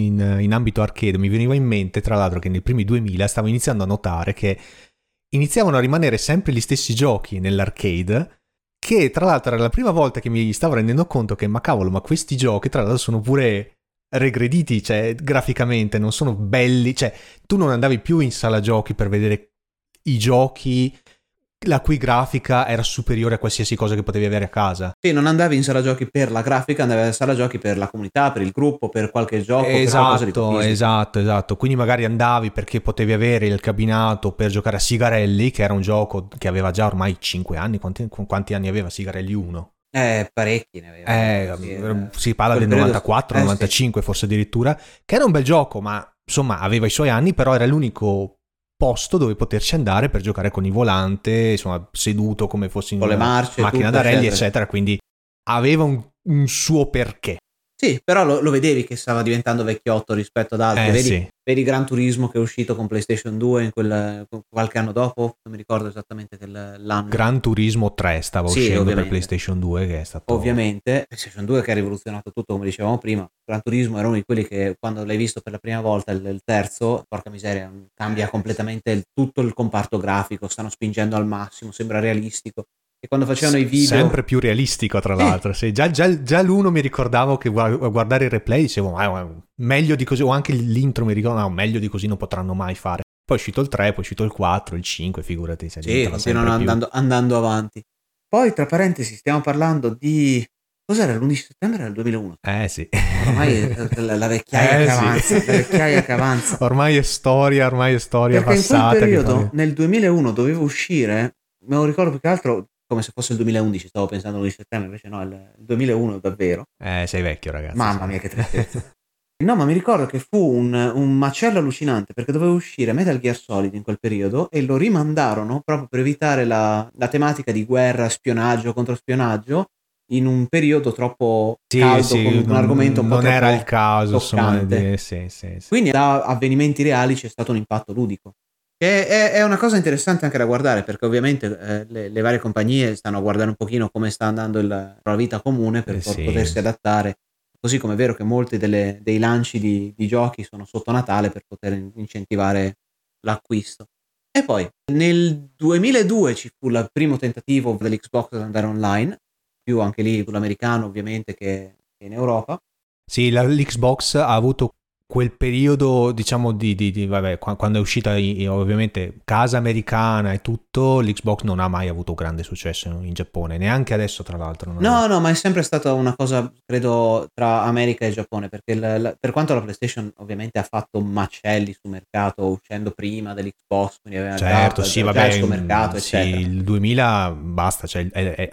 Speaker 2: in ambito arcade, mi veniva in mente, tra l'altro, che nei primi 2000 stavo iniziando a notare che iniziavano a rimanere sempre gli stessi giochi nell'arcade, che tra l'altro era la prima volta che mi stavo rendendo conto che, ma cavolo, ma questi giochi tra l'altro sono pure regrediti, cioè graficamente non sono belli, cioè tu non andavi più in sala giochi per vedere i giochi la cui grafica era superiore a qualsiasi cosa che potevi avere a casa.
Speaker 1: Sì, non andavi in sala giochi per la grafica, andavi in sala giochi per la comunità, per il gruppo, per qualche gioco, per qualcosa di più
Speaker 2: Esatto,
Speaker 1: fisico.
Speaker 2: esatto. Quindi magari andavi perché potevi avere il cabinato per giocare a Sigarelli, che era un gioco che aveva già ormai 5 anni. Quanti anni aveva Sigarelli 1?
Speaker 1: Parecchi ne aveva. Sì,
Speaker 2: Si parla
Speaker 1: quel
Speaker 2: del
Speaker 1: periodo,
Speaker 2: 94,
Speaker 1: sì.
Speaker 2: 95 forse addirittura, che era un bel gioco, ma insomma aveva i suoi anni, però era l'unico posto dove poterci andare per giocare con il volante, insomma seduto come fossi in
Speaker 1: Con le
Speaker 2: una
Speaker 1: marce,
Speaker 2: macchina
Speaker 1: tutto,
Speaker 2: da rally,
Speaker 1: eccetera.
Speaker 2: eccetera, quindi aveva un suo perché.
Speaker 1: Sì, però lo vedevi che stava diventando vecchiotto rispetto ad altri.
Speaker 2: Sì.
Speaker 1: Vedi Gran Turismo che è uscito con PlayStation 2 qualche anno dopo, non mi ricordo esattamente l'anno.
Speaker 2: Gran Turismo 3 stava
Speaker 1: Sì,
Speaker 2: uscendo per
Speaker 1: ovviamente.
Speaker 2: PlayStation 2, che è stato...
Speaker 1: Ovviamente, PlayStation 2 che ha rivoluzionato tutto, come dicevamo prima. Gran Turismo era uno di quelli che quando l'hai visto per la prima volta, il terzo, porca miseria, cambia completamente tutto il comparto grafico, stanno spingendo al massimo, sembra realistico. E quando facevano i video...
Speaker 2: Sempre più realistico, tra l'altro. Sì, già l'uno mi ricordavo che a guardare il replay dicevo, ma meglio di così, o anche l'intro mi ricordo, no, meglio di così non potranno mai fare. Poi è uscito il 3, poi è uscito il 4, il 5, figurati, cioè,
Speaker 1: Sì,
Speaker 2: diventava
Speaker 1: continuano
Speaker 2: sempre più...
Speaker 1: andando avanti. Poi, tra parentesi, stiamo parlando di... Cos'era? L'11 settembre del 2001?
Speaker 2: Sì.
Speaker 1: Ormai la vecchiaia che avanza,
Speaker 2: Sì.
Speaker 1: la vecchiaia che avanza.
Speaker 2: Ormai è storia
Speaker 1: Perché in quel
Speaker 2: passata.
Speaker 1: periodo, nel 2001, doveva uscire, me lo ricordo più che altro come se fosse il 2011, stavo pensando all'11 settembre, invece no, il 2001 davvero.
Speaker 2: Sei vecchio, ragazzo.
Speaker 1: Mamma mia, che tristezza. No, ma mi ricordo che fu un macello allucinante perché doveva uscire Metal Gear Solid in quel periodo e lo rimandarono proprio per evitare la tematica di guerra, spionaggio, controspionaggio in un periodo troppo caldo con un argomento un po'
Speaker 2: non era il
Speaker 1: troppo
Speaker 2: caso, insomma,
Speaker 1: toccante.
Speaker 2: sì.
Speaker 1: Quindi da avvenimenti reali c'è stato un impatto ludico. Che è una cosa interessante anche da guardare perché ovviamente le varie compagnie stanno a guardare un pochino come sta andando la vita comune per
Speaker 2: Sì.
Speaker 1: potersi adattare. Così come è vero che molti dei lanci di giochi sono sotto Natale per poter incentivare l'acquisto. E poi nel 2002 ci fu il primo tentativo dell'Xbox ad andare online, più anche lì sull'americano ovviamente che in Europa.
Speaker 2: Sì, l'Xbox ha avuto quel periodo, diciamo, vabbè, quando è uscita ovviamente casa americana e tutto, l'Xbox non ha mai avuto grande successo in Giappone, neanche adesso tra l'altro.
Speaker 1: No, ma è sempre stata una cosa, credo, tra America e Giappone, perché per quanto la PlayStation ovviamente ha fatto macelli sul mercato, uscendo prima dell'Xbox, quindi aveva
Speaker 2: Certo, sì,
Speaker 1: già il
Speaker 2: vabbè,
Speaker 1: suo mercato,
Speaker 2: sì,
Speaker 1: eccetera.
Speaker 2: il 2000 basta, cioè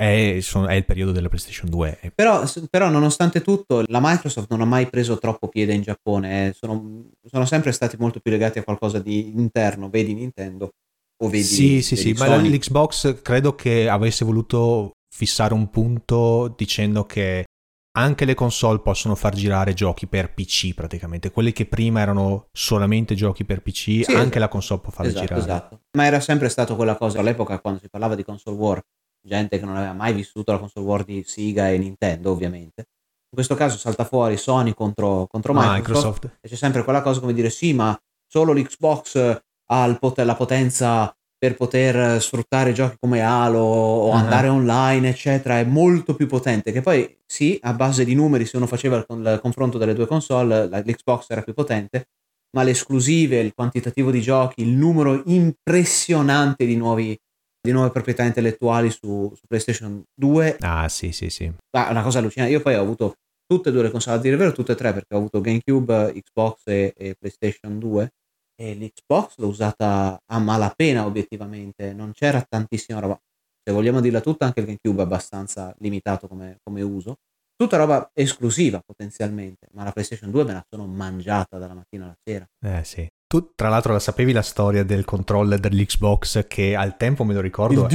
Speaker 2: è il periodo della PlayStation 2.
Speaker 1: Però nonostante tutto, la Microsoft non ha mai preso troppo piede in Giappone, sono sempre stati molto più legati a qualcosa di interno, vedi Nintendo o
Speaker 2: Sì,
Speaker 1: vedi
Speaker 2: ma
Speaker 1: Sony.
Speaker 2: l'Xbox credo che avesse voluto fissare un punto dicendo che anche le console possono far girare giochi per PC praticamente, quelli che prima erano solamente giochi per PC,
Speaker 1: Sì,
Speaker 2: anche
Speaker 1: esatto.
Speaker 2: la console può farli girare.
Speaker 1: Esatto. Ma era sempre stato quella cosa all'epoca, quando si parlava di console war, gente che non aveva mai vissuto la console war di Sega e Nintendo, ovviamente. In questo caso salta fuori Sony contro Microsoft, e c'è sempre quella cosa come dire sì, ma solo l'Xbox ha la potenza per poter sfruttare giochi come Halo o andare online, eccetera, è molto più potente. Che poi sì, a base di numeri, se uno faceva il confronto delle due console, l'Xbox era più potente, ma le esclusive, il quantitativo di giochi, il numero impressionante di nuove proprietà intellettuali su PlayStation 2.
Speaker 2: Ah, sì.
Speaker 1: È una cosa allucinante. Io poi ho avuto tutte e due le console, a dire il vero tutte e tre, perché ho avuto GameCube, Xbox e PlayStation 2, e l'Xbox l'ho usata a malapena obiettivamente, non c'era tantissima roba. Se vogliamo dirla tutta, anche il GameCube è abbastanza limitato come uso. Tutta roba esclusiva potenzialmente, ma la PlayStation 2 me la sono mangiata dalla mattina alla sera.
Speaker 2: Sì. Tu tra l'altro la sapevi la storia del controller dell'Xbox, che al tempo, me lo ricordo,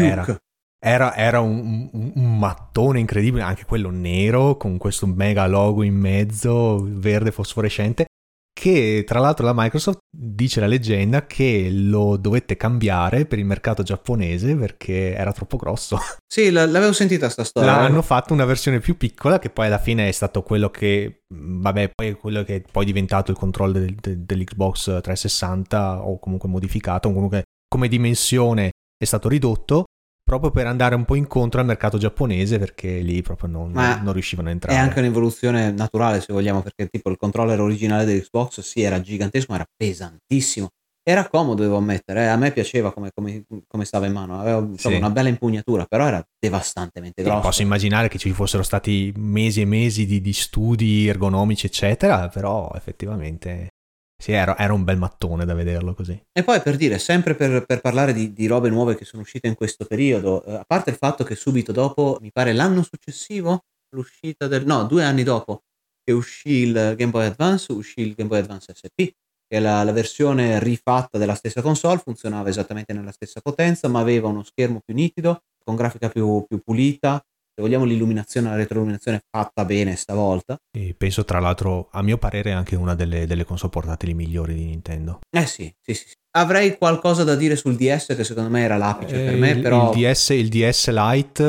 Speaker 2: era un mattone incredibile, anche quello nero con questo mega logo in mezzo, verde fosforescente, che tra l'altro la Microsoft, dice la leggenda, che lo dovette cambiare per il mercato giapponese perché era troppo grosso.
Speaker 1: Sì, l'avevo sentita sta storia.
Speaker 2: Hanno fatto una versione più piccola, che poi alla fine è stato quello che, vabbè, poi è quello che è poi diventato il controller dell'Xbox 360, o comunque modificato, o comunque come dimensione è stato ridotto, proprio per andare un po' incontro al mercato giapponese, perché lì proprio non riuscivano a entrare.
Speaker 1: È anche un'evoluzione naturale, se vogliamo, perché tipo il controller originale dell'Xbox sì, era gigantesco, ma era pesantissimo. Era comodo, devo ammettere, a me piaceva come stava in mano, aveva una bella impugnatura, però era devastantemente grosso.
Speaker 2: Posso immaginare che ci fossero stati mesi e mesi di studi ergonomici, eccetera, però effettivamente sì, era un bel mattone da vederlo così.
Speaker 1: E poi, per dire, sempre per parlare di robe nuove che sono uscite in questo periodo, a parte il fatto che subito dopo, mi pare l'anno successivo, l'uscita 2 anni dopo che uscì il Game Boy Advance, uscì il Game Boy Advance SP, che è la versione rifatta della stessa console, funzionava esattamente nella stessa potenza, ma aveva uno schermo più nitido, con grafica più pulita. Se vogliamo, l'illuminazione, la retroilluminazione fatta bene stavolta.
Speaker 2: E penso, tra l'altro, a mio parere, anche una delle console portatili migliori di Nintendo.
Speaker 1: Sì. Avrei qualcosa da dire sul DS, che secondo me era l'apice per me, però
Speaker 2: il DS Lite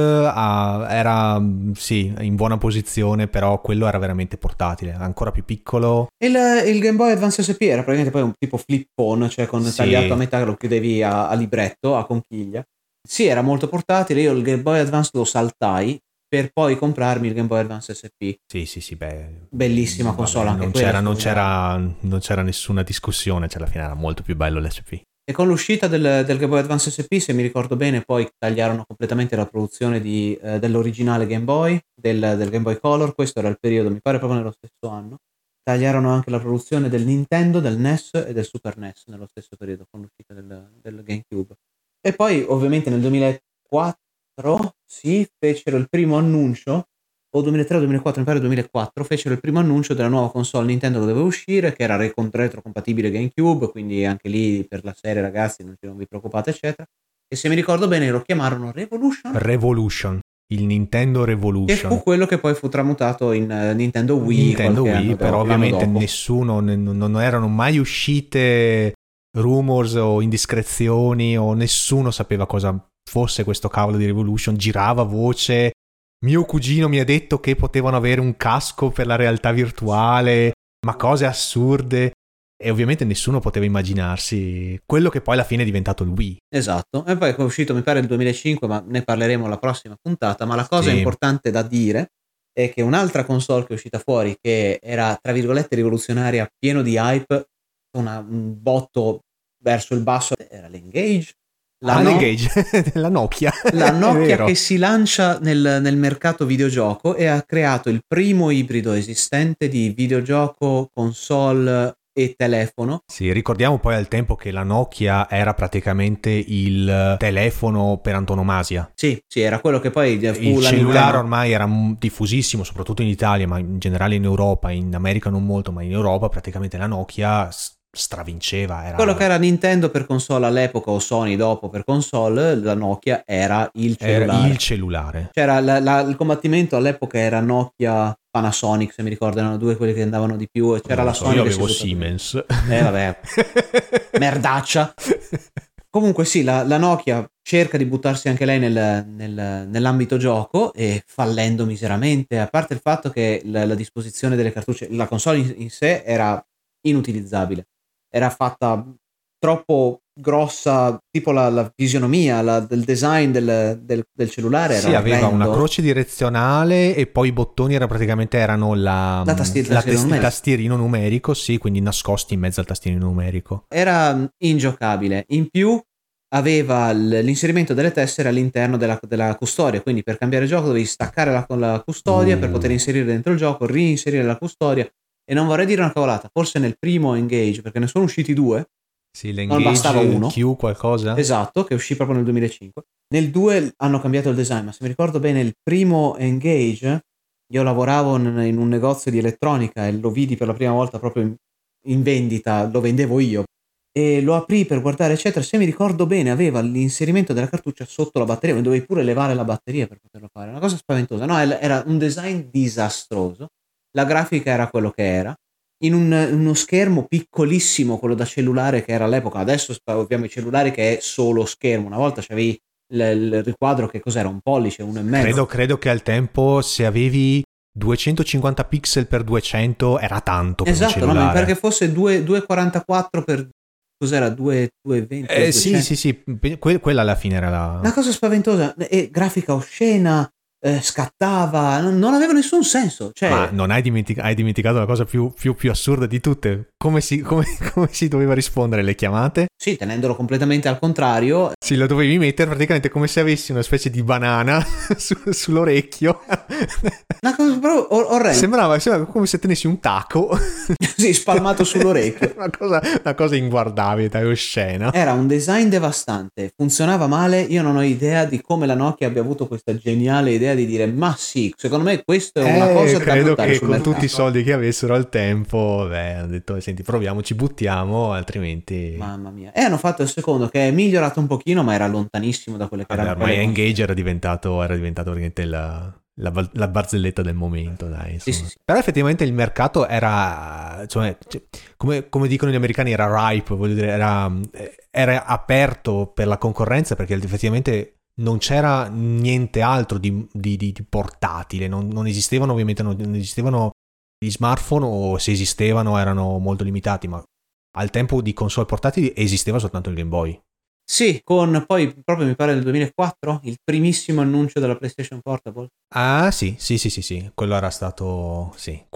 Speaker 2: era sì, in buona posizione, però quello era veramente portatile, ancora più piccolo.
Speaker 1: Il Game Boy Advance SP era praticamente poi un tipo flip phone, cioè con tagliato a metà, lo chiudevi a libretto, a conchiglia. Sì, era molto portatile. Io il Game Boy Advance lo saltai per poi comprarmi il Game Boy Advance SP.
Speaker 2: Sì,
Speaker 1: bellissima console, anche
Speaker 2: non c'era nessuna discussione, cioè alla fine era molto più bello l'SP.
Speaker 1: E con l'uscita del Game Boy Advance SP, se mi ricordo bene, poi tagliarono completamente la produzione dell'originale Game Boy, del Game Boy Color. Questo era il periodo, mi pare proprio nello stesso anno. Tagliarono anche la produzione del Nintendo, del NES e del Super NES nello stesso periodo, con l'uscita del GameCube. E poi ovviamente nel 2004 sì, fecero il primo annuncio, o 2003 o 2004, mi pare 2004, fecero il primo annuncio della nuova console Nintendo che doveva uscire, che era retrocompatibile GameCube, quindi anche lì per la serie, ragazzi, non vi preoccupate, eccetera. E se mi ricordo bene lo chiamarono
Speaker 2: Revolution, il Nintendo Revolution,
Speaker 1: che fu quello che poi fu tramutato in Nintendo Wii.
Speaker 2: Però ovviamente non erano mai uscite rumors o indiscrezioni, o nessuno sapeva cosa fosse questo cavolo di Revolution. Girava voce, mio cugino mi ha detto che potevano avere un casco per la realtà virtuale, ma cose assurde, e ovviamente nessuno poteva immaginarsi quello che poi alla fine è diventato il Wii.
Speaker 1: Esatto, e poi è uscito mi pare il 2005, ma ne parleremo alla prossima puntata. Ma la cosa importante da dire è che un'altra console che è uscita fuori, che era tra virgolette rivoluzionaria, pieno di hype, un botto verso il basso, era l'Engage.
Speaker 2: L'Engage, la Nokia.
Speaker 1: La Nokia che si lancia nel mercato videogioco e ha creato il primo ibrido esistente di videogioco, console e telefono.
Speaker 2: Sì, ricordiamo poi al tempo che la Nokia era praticamente il telefono per antonomasia.
Speaker 1: Sì, era quello che poi fu
Speaker 2: il cellulare ormai era diffusissimo, soprattutto in Italia, ma in generale in Europa, in America non molto, ma in Europa praticamente la Nokia stravinceva.
Speaker 1: Quello che era Nintendo per console all'epoca, o Sony dopo per console, la Nokia era il cellulare.
Speaker 2: Il cellulare.
Speaker 1: C'era il combattimento all'epoca, era Nokia Panasonic, se mi ricordo, erano due quelli che andavano di più, e c'era la Sony.
Speaker 2: Io avevo Siemens.
Speaker 1: Vabbè, merdaccia. Comunque sì, la Nokia cerca di buttarsi anche lei nell'ambito gioco, e fallendo miseramente, a parte il fatto che la disposizione delle cartucce, la console in sé era inutilizzabile, era fatta troppo grossa, tipo la fisionomia, del design del cellulare era
Speaker 2: aveva
Speaker 1: orrendo.
Speaker 2: una croce direzionale e poi i bottoni erano il tastierino numerico, sì, quindi nascosti in mezzo al tastierino numerico.
Speaker 1: Era ingiocabile. In più aveva l'inserimento delle tessere all'interno della custodia, quindi per cambiare gioco dovevi staccare la custodia per poter inserire dentro il gioco, reinserire la custodia, e non vorrei dire una cavolata, forse nel primo Engage, perché ne sono usciti due.
Speaker 2: Sì, l'Engage, non bastava uno. Q qualcosa?
Speaker 1: Esatto, che uscì proprio nel 2005. Nel 2 hanno cambiato il design, ma se mi ricordo bene il primo Engage, io lavoravo in un negozio di elettronica e lo vidi per la prima volta proprio in vendita, lo vendevo io, e lo aprì per guardare eccetera. Se mi ricordo bene aveva l'inserimento della cartuccia sotto la batteria, ma dovevi pure levare la batteria per poterlo fare, una cosa spaventosa. No, era un design disastroso, la grafica era quello che era, in uno schermo piccolissimo, quello da cellulare che era all'epoca. Adesso abbiamo i cellulari che è solo schermo, una volta c'avevi il riquadro che cos'era, un pollice, 1,5.
Speaker 2: Credo che al tempo se avevi 250 pixel per 200 era tanto per
Speaker 1: esatto,
Speaker 2: un cellulare.
Speaker 1: No, mi pare che fosse 2,44 per cos'era, 2,20.
Speaker 2: Sì, quella alla fine era
Speaker 1: una cosa spaventosa, e grafica oscena, scattava, non aveva nessun senso. Cioè...
Speaker 2: Ma non hai dimenticato la cosa più assurda di tutte? Come si doveva rispondere alle chiamate?
Speaker 1: Sì, tenendolo completamente al contrario.
Speaker 2: Sì, lo dovevi mettere praticamente come se avessi una specie di banana sull'orecchio.
Speaker 1: Una cosa proprio orrenda.
Speaker 2: Sembrava come se tenessi un taco.
Speaker 1: Sì, spalmato sull'orecchio.
Speaker 2: una cosa inguardabile, dai, oscena.
Speaker 1: Era un design devastante, funzionava male. Io non ho idea di come la Nokia abbia avuto questa geniale idea di dire ma sì, secondo me questo è una cosa da buttare sul mercato.
Speaker 2: Credo che con tutti i soldi che avessero al tempo hanno detto senti, proviamo, ci buttiamo, altrimenti...
Speaker 1: Mamma mia. E hanno fatto il secondo, che è migliorato un pochino, ma era lontanissimo da quelle che erano.
Speaker 2: Ormai Engage era diventato praticamente la barzelletta del momento, dai.
Speaker 1: Sì.
Speaker 2: Però effettivamente il mercato era, cioè, come dicono gli americani, era ripe, voglio dire, era aperto per la concorrenza, perché effettivamente non c'era niente altro di portatile, non esistevano, ovviamente non esistevano gli smartphone, o se esistevano erano molto limitati, ma al tempo di console portatili esisteva soltanto il Game Boy.
Speaker 1: Sì, con poi proprio mi pare del 2004 il primissimo annuncio della PlayStation Portable.
Speaker 2: Ah sì, quello era stato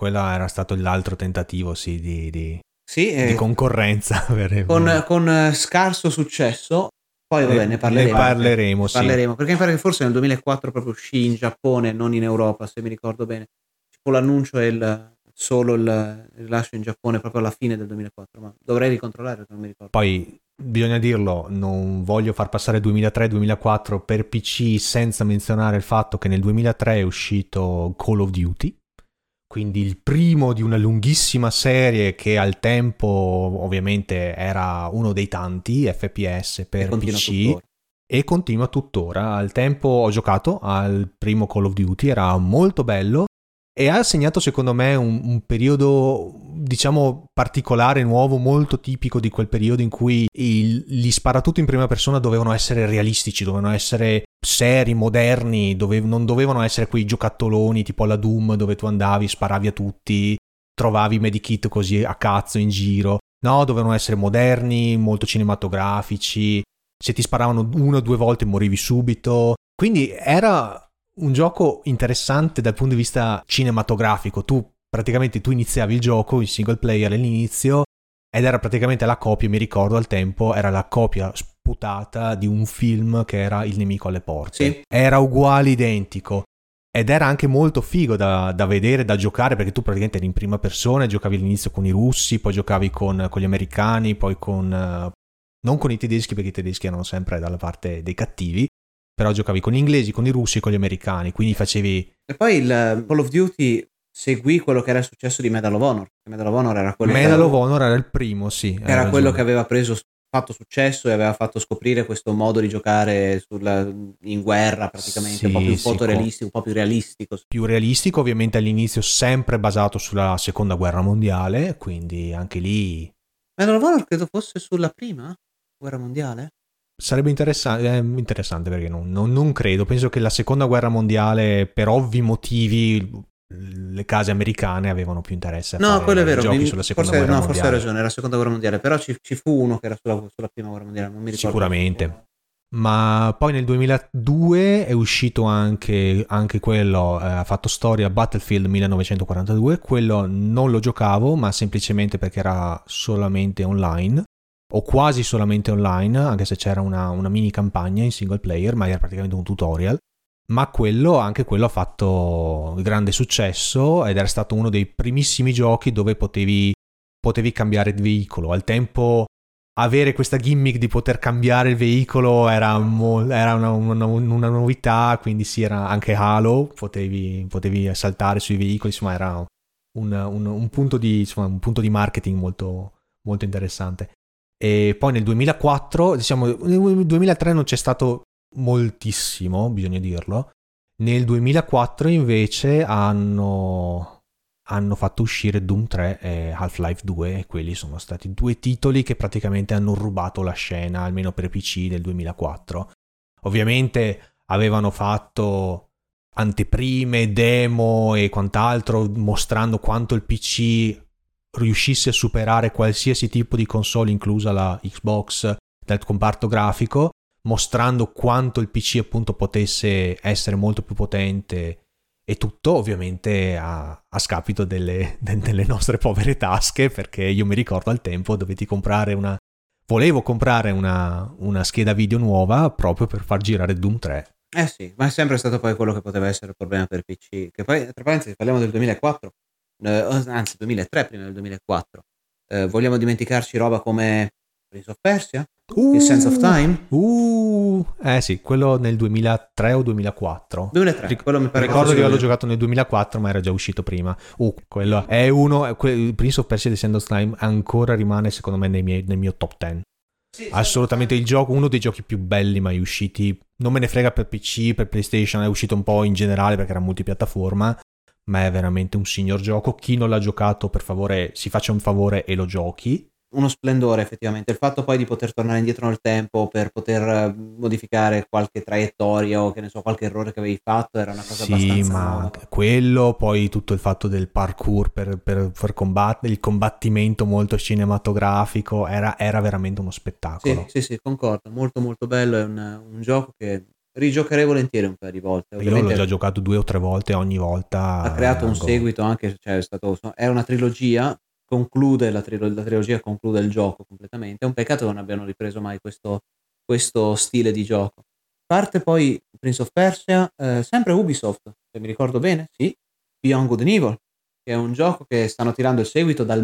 Speaker 2: l'altro tentativo, sì, di concorrenza
Speaker 1: con scarso successo. Poi vabbè, ne parleremo, perché mi pare che forse nel 2004 proprio uscì in Giappone, non in Europa, se mi ricordo bene. Tipo l'annuncio e solo il rilascio in Giappone proprio alla fine del 2004, ma dovrei ricontrollare perché non mi ricordo.
Speaker 2: Poi bisogna dirlo, non voglio far passare 2003-2004 per PC senza menzionare il fatto che nel 2003 è uscito Call of Duty, quindi il primo di una lunghissima serie che al tempo ovviamente era uno dei tanti FPS per PC e continua tuttora. Al tempo ho giocato al primo Call of Duty, era molto bello e ha segnato secondo me un periodo, diciamo, particolare, nuovo, molto tipico di quel periodo in cui gli sparatutto in prima persona dovevano essere realistici, dovevano essere seri, moderni, non dovevano essere quei giocattoloni tipo alla Doom dove tu andavi, sparavi a tutti, trovavi medikit così a cazzo in giro. No, dovevano essere moderni, molto cinematografici, se ti sparavano 1 o 2 volte morivi subito, quindi era un gioco interessante dal punto di vista cinematografico. Tu iniziavi il gioco in single player all'inizio ed era praticamente la copia, mi ricordo al tempo, era la copia sputata di un film che era Il nemico alle porte.
Speaker 1: Sì.
Speaker 2: Era uguale, identico. Ed era anche molto figo da vedere, da giocare, perché tu praticamente eri in prima persona, giocavi all'inizio con i russi, poi giocavi con gli americani, poi non con i tedeschi, perché i tedeschi erano sempre dalla parte dei cattivi, però giocavi con gli inglesi, con i russi e con gli americani, quindi facevi...
Speaker 1: E poi il Call of Duty seguì quello che era il successo di Medal of Honor. Medal of Honor era quello
Speaker 2: Medal of Honor era il primo, sì.
Speaker 1: Era quello che aveva preso fatto successo e aveva fatto scoprire questo modo di giocare in guerra praticamente, un po' più fotorealistico, un po' più realistico.
Speaker 2: Più realistico, ovviamente all'inizio sempre basato sulla seconda guerra mondiale, quindi anche lì...
Speaker 1: Medal of Honor credo fosse sulla prima guerra mondiale?
Speaker 2: Sarebbe interessante perché non credo, penso che la seconda guerra mondiale per ovvi motivi le case americane avevano più interesse a fare giochi sulla seconda guerra mondiale.
Speaker 1: Forse hai ragione, era la seconda guerra mondiale, però ci fu uno che era sulla prima guerra mondiale, non mi ricordo.
Speaker 2: Sicuramente. Ma poi nel 2002 è uscito anche quello, ha fatto storia, Battlefield 1942, quello non lo giocavo, ma semplicemente perché era solamente online, o quasi solamente online, anche se c'era una mini campagna in single player, ma era praticamente un tutorial. Ma anche quello ha fatto grande successo ed era stato uno dei primissimi giochi dove potevi cambiare il veicolo. Al tempo avere questa gimmick di poter cambiare il veicolo era una novità, quindi sì, era anche Halo, potevi saltare sui veicoli, insomma era un punto di marketing molto, molto interessante. E poi nel 2004, diciamo nel 2003 non c'è stato moltissimo, bisogna dirlo. Nel 2004 invece hanno fatto uscire Doom 3 e Half-Life 2 e quelli sono stati due titoli che praticamente hanno rubato la scena, almeno per PC del 2004. Ovviamente avevano fatto anteprime, demo e quant'altro mostrando quanto il PC riuscisse a superare qualsiasi tipo di console, inclusa la Xbox, dal comparto grafico, mostrando quanto il PC appunto potesse essere molto più potente e tutto ovviamente a scapito delle nostre povere tasche, perché io mi ricordo al tempo volevo comprare una scheda video nuova proprio per far girare Doom 3.
Speaker 1: Sì, ma è sempre stato poi quello che poteva essere il problema per PC, che poi tra parentesi parliamo del 2004, anzi 2003 prima del 2004. Vogliamo dimenticarci roba come Prince of Persia? Il Sense of Time?
Speaker 2: Sì, quello nel 2003 o 2004.
Speaker 1: 2003, quello mi pare.
Speaker 2: Ricordo di averlo giocato nel 2004, ma era già uscito prima. Quello è Prince of Persia di Sense of Time ancora rimane secondo me nel mio top 10. Sì, assolutamente il gioco, uno dei giochi più belli mai usciti. Non me ne frega per PC, per PlayStation, è uscito un po' in generale perché era multipiattaforma, ma è veramente un signor gioco. Chi non l'ha giocato, per favore, si faccia un favore e lo giochi.
Speaker 1: Uno splendore effettivamente, il fatto poi di poter tornare indietro nel tempo per poter modificare qualche traiettoria o che ne so, qualche errore che avevi fatto era una cosa abbastanza nuova.
Speaker 2: Quello, poi tutto il fatto del parkour per combattere, il combattimento molto cinematografico, era veramente uno spettacolo.
Speaker 1: Sì, concordo, molto molto bello, è un gioco che rigiocherei volentieri un paio di volte.
Speaker 2: Io l'ho già giocato 2 o 3 volte, ogni volta
Speaker 1: ha creato un seguito anche, cioè è una trilogia, conclude la trilogia conclude il gioco completamente. È un peccato che non abbiano ripreso mai questo stile di gioco. Parte poi Prince of Persia, sempre Ubisoft, se mi ricordo bene, sì, Beyond Good and Evil, che è un gioco che stanno tirando il seguito dal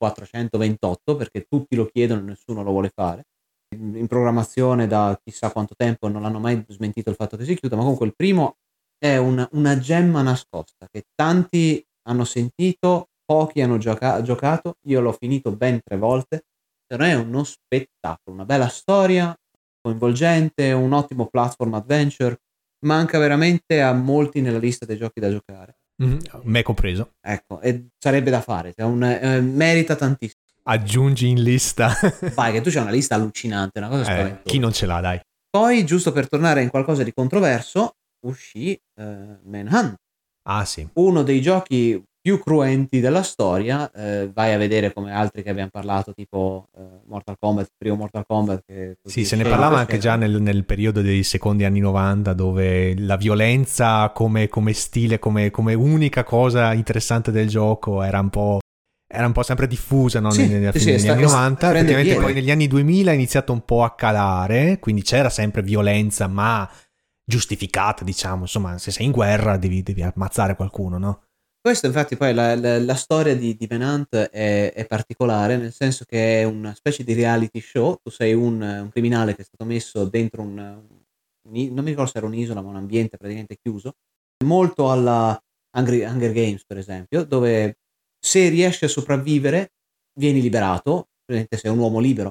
Speaker 1: 1428 perché tutti lo chiedono e nessuno lo vuole fare. In programmazione da chissà quanto tempo, non hanno mai smentito il fatto che si chiuda, ma comunque il primo è una gemma nascosta che tanti hanno sentito, pochi hanno giocato, io l'ho finito ben 3 volte, per me è uno spettacolo, una bella storia, coinvolgente, un ottimo platform adventure, manca veramente a molti nella lista dei giochi da giocare.
Speaker 2: Me compreso.
Speaker 1: Ecco, e sarebbe da fare, merita tantissimo.
Speaker 2: Aggiungi in lista.
Speaker 1: Vai, che tu c'hai una lista allucinante, una cosa spaventosa.
Speaker 2: Chi non ce l'ha, dai.
Speaker 1: Poi, giusto per tornare in qualcosa di controverso, uscì Manhunt.
Speaker 2: Ah sì.
Speaker 1: Uno dei giochi più cruenti della storia, vai a vedere come altri che abbiamo parlato, tipo Mortal Kombat, il primo Mortal Kombat.
Speaker 2: Sì, se ne parlava anche già nel periodo dei secondi anni 90, dove la violenza come stile, come unica cosa interessante del gioco era un po' sempre diffusa, no? Nella fine degli anni 90. Effettivamente poi negli anni 2000 è iniziato un po' a calare, quindi c'era sempre violenza, ma giustificata, diciamo. Insomma, se sei in guerra devi ammazzare qualcuno, no?
Speaker 1: Questo infatti poi la storia di Manhunt è particolare, nel senso che è una specie di reality show. Tu sei un criminale che è stato messo dentro non mi ricordo se era un'isola, ma un ambiente praticamente chiuso, molto alla Hunger Games per esempio, dove se riesci a sopravvivere vieni liberato, sei un uomo libero.